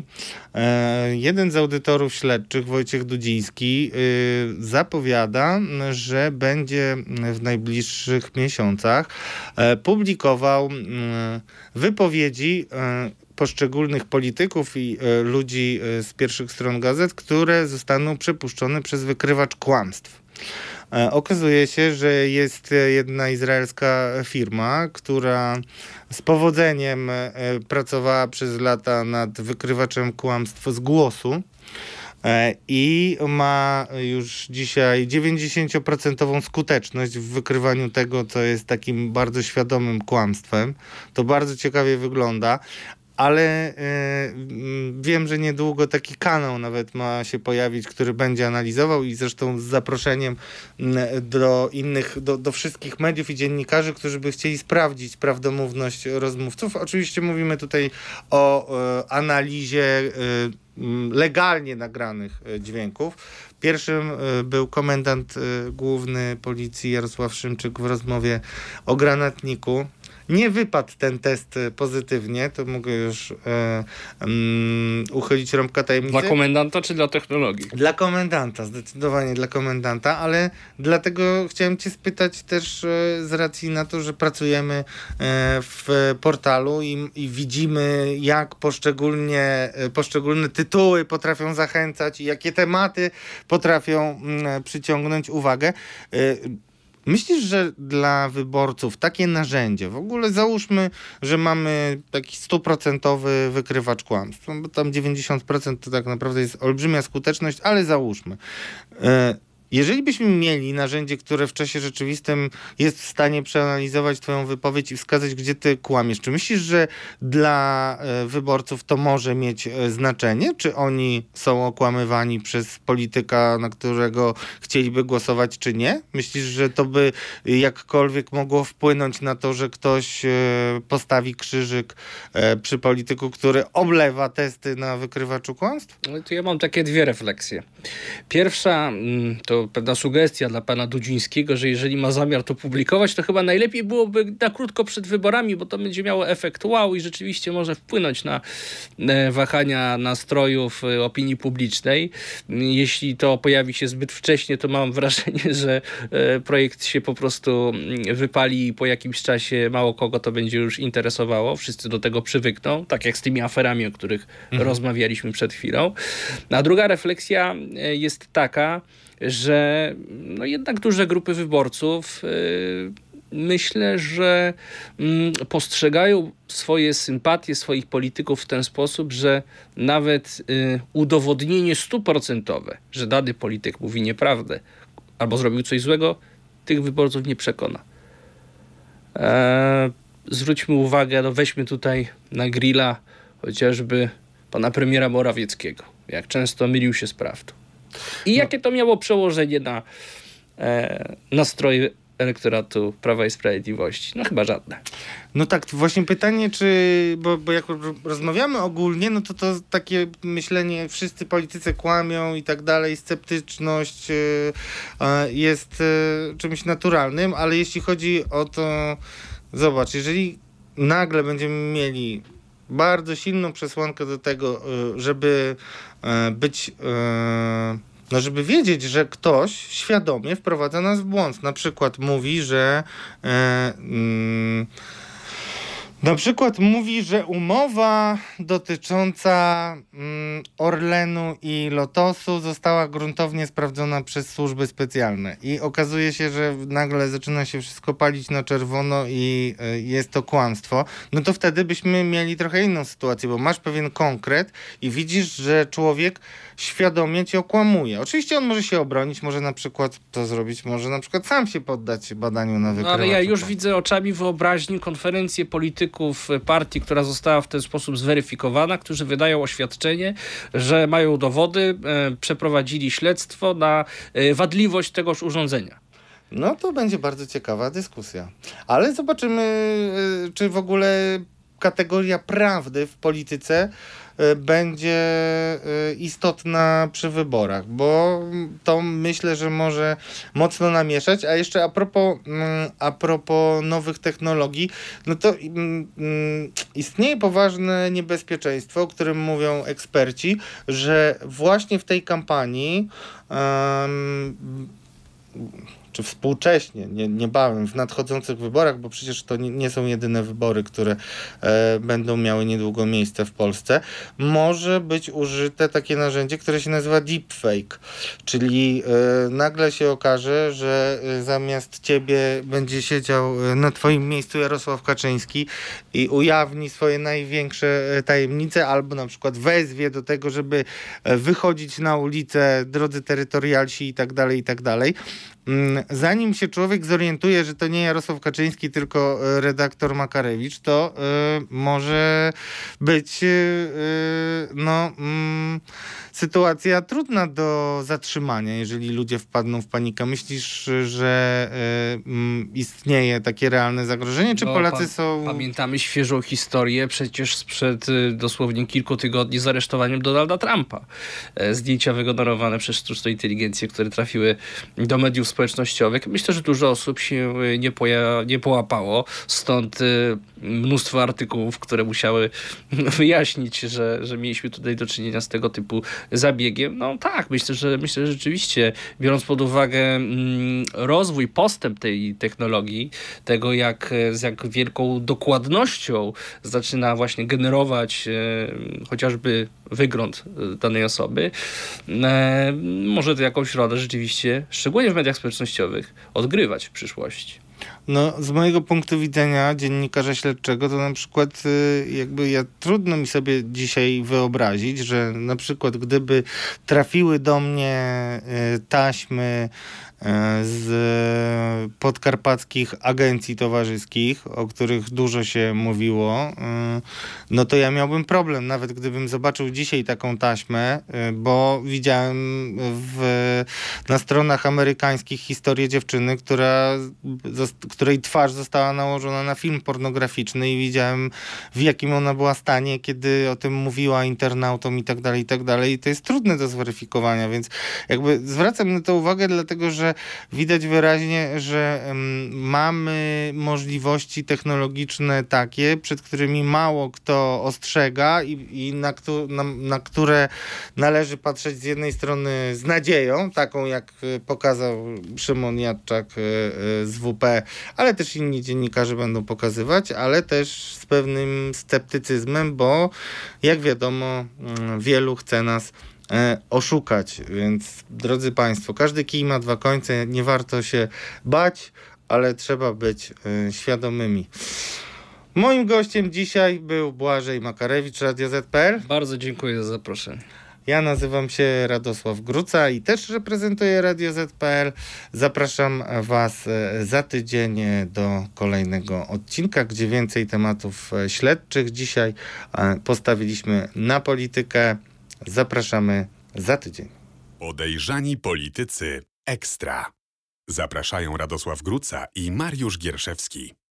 E, jeden z audytorów śledczych, Wojciech Dudziński, e, zapowiada, że będzie w najbliższych miesiącach e, publikował e, wypowiedzi e, poszczególnych polityków i e, ludzi e, z pierwszych stron gazet, które zostaną przepuszczone przez wykrywacz kłamstw. E, okazuje się, że jest jedna izraelska firma, która z powodzeniem e, pracowała przez lata nad wykrywaczem kłamstw z głosu e, i ma już dzisiaj dziewięćdziesiąt procent skuteczność w wykrywaniu tego, co jest takim bardzo świadomym kłamstwem. To bardzo ciekawie wygląda. Ale y, y, wiem, że niedługo taki kanał nawet ma się pojawić, który będzie analizował i zresztą z zaproszeniem y, do innych, do, do wszystkich mediów i dziennikarzy, którzy by chcieli sprawdzić prawdomówność rozmówców. Oczywiście mówimy tutaj o y, analizie y, legalnie nagranych y, dźwięków. Pierwszym y, był komendant y, główny policji Jarosław Szymczyk w rozmowie o granatniku. Nie wypadł ten test pozytywnie, to mogę już e, um, uchylić rąbka tajemnicy. Dla komendanta czy dla technologii? Dla komendanta, zdecydowanie dla komendanta, ale dlatego chciałem cię spytać też e, z racji na to, że pracujemy e, w portalu i, i widzimy, jak poszczególnie, e, poszczególne tytuły potrafią zachęcać i jakie tematy potrafią m, przyciągnąć uwagę. E, Myślisz, że dla wyborców takie narzędzie, w ogóle załóżmy, że mamy taki stuprocentowy wykrywacz kłamstw, bo tam dziewięćdziesiąt procent to tak naprawdę jest olbrzymia skuteczność, ale załóżmy. Jeżeli byśmy mieli narzędzie, które w czasie rzeczywistym jest w stanie przeanalizować twoją wypowiedź i wskazać, gdzie ty kłamiesz, czy myślisz, że dla wyborców to może mieć znaczenie? Czy oni są okłamywani przez polityka, na którego chcieliby głosować, czy nie? Myślisz, że to by jakkolwiek mogło wpłynąć na to, że ktoś postawi krzyżyk przy polityku, który oblewa testy na wykrywaczu kłamstw? No to ja mam takie dwie refleksje. Pierwsza to pewna sugestia dla pana Dudzińskiego, że jeżeli ma zamiar to publikować, to chyba najlepiej byłoby na krótko przed wyborami, bo to będzie miało efekt wow i rzeczywiście może wpłynąć na wahania nastrojów opinii publicznej. Jeśli to pojawi się zbyt wcześnie, to mam wrażenie, że projekt się po prostu wypali i po jakimś czasie mało kogo to będzie już interesowało. Wszyscy do tego przywykną, tak jak z tymi aferami, o których mhm. rozmawialiśmy przed chwilą. A druga refleksja jest taka, że no jednak duże grupy wyborców yy, myślę, że yy, postrzegają swoje sympatie swoich polityków w ten sposób, że nawet yy, udowodnienie stuprocentowe, że dany polityk mówi nieprawdę albo zrobił coś złego, tych wyborców nie przekona. Eee, zwróćmy uwagę, no weźmy tutaj na grilla chociażby pana premiera Morawieckiego, jak często mylił się z prawdą. I no. jakie to miało przełożenie na e, nastroje elektoratu Prawa i Sprawiedliwości? No chyba żadne. No tak, właśnie pytanie, czy, bo, bo jak rozmawiamy ogólnie, no to to takie myślenie, wszyscy politycy kłamią i tak dalej, sceptyczność y, y, jest y, czymś naturalnym, ale jeśli chodzi o to, zobacz, jeżeli nagle będziemy mieli bardzo silną przesłankę do tego, y, żeby y, być... Y, No, żeby wiedzieć, że ktoś świadomie wprowadza nas w błąd. Na przykład mówi, że e, mm, Na przykład mówi, że umowa dotycząca mm, Orlenu i Lotosu została gruntownie sprawdzona przez służby specjalne i okazuje się, że nagle zaczyna się wszystko palić na czerwono i y, jest to kłamstwo, no to wtedy byśmy mieli trochę inną sytuację, bo masz pewien konkret i widzisz, że człowiek świadomie cię okłamuje. Oczywiście on może się obronić, może na przykład to zrobić, może na przykład sam się poddać badaniu na No, wykrywaczu. ale ja już widzę oczami wyobraźni konferencję polityków partii, która została w ten sposób zweryfikowana, którzy wydają oświadczenie, że mają dowody, e, przeprowadzili śledztwo na e, wadliwość tegoż urządzenia. No to będzie bardzo ciekawa dyskusja. Ale zobaczymy, y, czy w ogóle kategoria prawdy w polityce y, będzie y, istotna przy wyborach, bo to myślę, że może mocno namieszać. A jeszcze a propos, mm, a propos nowych technologii, no to mm, mm, istnieje poważne niebezpieczeństwo, o którym mówią eksperci, że właśnie w tej kampanii um, czy współcześnie, nie, niebawem, w nadchodzących wyborach, bo przecież to nie, nie są jedyne wybory, które e, będą miały niedługo miejsce w Polsce, może być użyte takie narzędzie, które się nazywa deepfake, czyli e, nagle się okaże, że e, zamiast ciebie będzie siedział e, na twoim miejscu Jarosław Kaczyński i ujawni swoje największe e, tajemnice, albo na przykład wezwie do tego, żeby e, wychodzić na ulicę, drodzy terytorialsi i tak dalej, i tak dalej. Zanim się człowiek zorientuje, że to nie Jarosław Kaczyński, tylko redaktor Makarewicz, to y, może być y, no, y, sytuacja trudna do zatrzymania, jeżeli ludzie wpadną w panikę. Myślisz, że y, y, istnieje takie realne zagrożenie, czy No, Polacy pa- są... Pamiętamy świeżą historię przecież sprzed y, dosłownie kilku tygodni z aresztowaniem Donalda Trumpa. E, zdjęcia wygenerowane przez sztuczną inteligencję, które trafiły do mediów społecznościowych. Myślę, że dużo osób się y, nie, poja- nie połapało. Stąd y, mnóstwo artykułów, które musiały wyjaśnić, że, że mieliśmy tutaj do czynienia z tego typu zabiegiem. No tak, myślę, że myślę, że rzeczywiście, biorąc pod uwagę mm, rozwój, postęp tej technologii, tego jak, z jak wielką dokładnością zaczyna właśnie generować e, chociażby wygląd e, danej osoby, e, może to jakąś rolę rzeczywiście, szczególnie w mediach społecznościowych, odgrywać w przyszłości. No, z mojego punktu widzenia dziennikarza śledczego, to na przykład y, jakby ja trudno mi sobie dzisiaj wyobrazić, że na przykład gdyby trafiły do mnie y, taśmy y, z podkarpackich agencji towarzyskich, o których dużo się mówiło, y, no to ja miałbym problem, nawet gdybym zobaczył dzisiaj taką taśmę, y, bo widziałem w, na stronach amerykańskich historię dziewczyny, która zost- której twarz została nałożona na film pornograficzny i widziałem, w jakim ona była stanie, kiedy o tym mówiła internautom i tak dalej, i tak dalej. I to jest trudne do zweryfikowania, więc jakby zwracam na to uwagę, dlatego że widać wyraźnie, że um, mamy możliwości technologiczne takie, przed którymi mało kto ostrzega i, i na, któ- na, na które należy patrzeć z jednej strony z nadzieją, taką jak pokazał Szymon Jadczak z W P, ale też inni dziennikarze będą pokazywać, ale też z pewnym sceptycyzmem, bo jak wiadomo, wielu chce nas e, oszukać. Więc drodzy Państwo, każdy kij ma dwa końce, nie warto się bać, ale trzeba być e, świadomymi. Moim gościem dzisiaj był Błażej Makarewicz, Radio Z kropka P L. Bardzo dziękuję za zaproszenie. Ja nazywam się Radosław Gruca i też reprezentuję Radio Z kropka P L. Zapraszam Was za tydzień do kolejnego odcinka, gdzie więcej tematów śledczych. Dzisiaj postawiliśmy na politykę. Zapraszamy za tydzień. Podejrzani politycy ekstra. Zapraszają Radosław Gruca i Mariusz Gierszewski.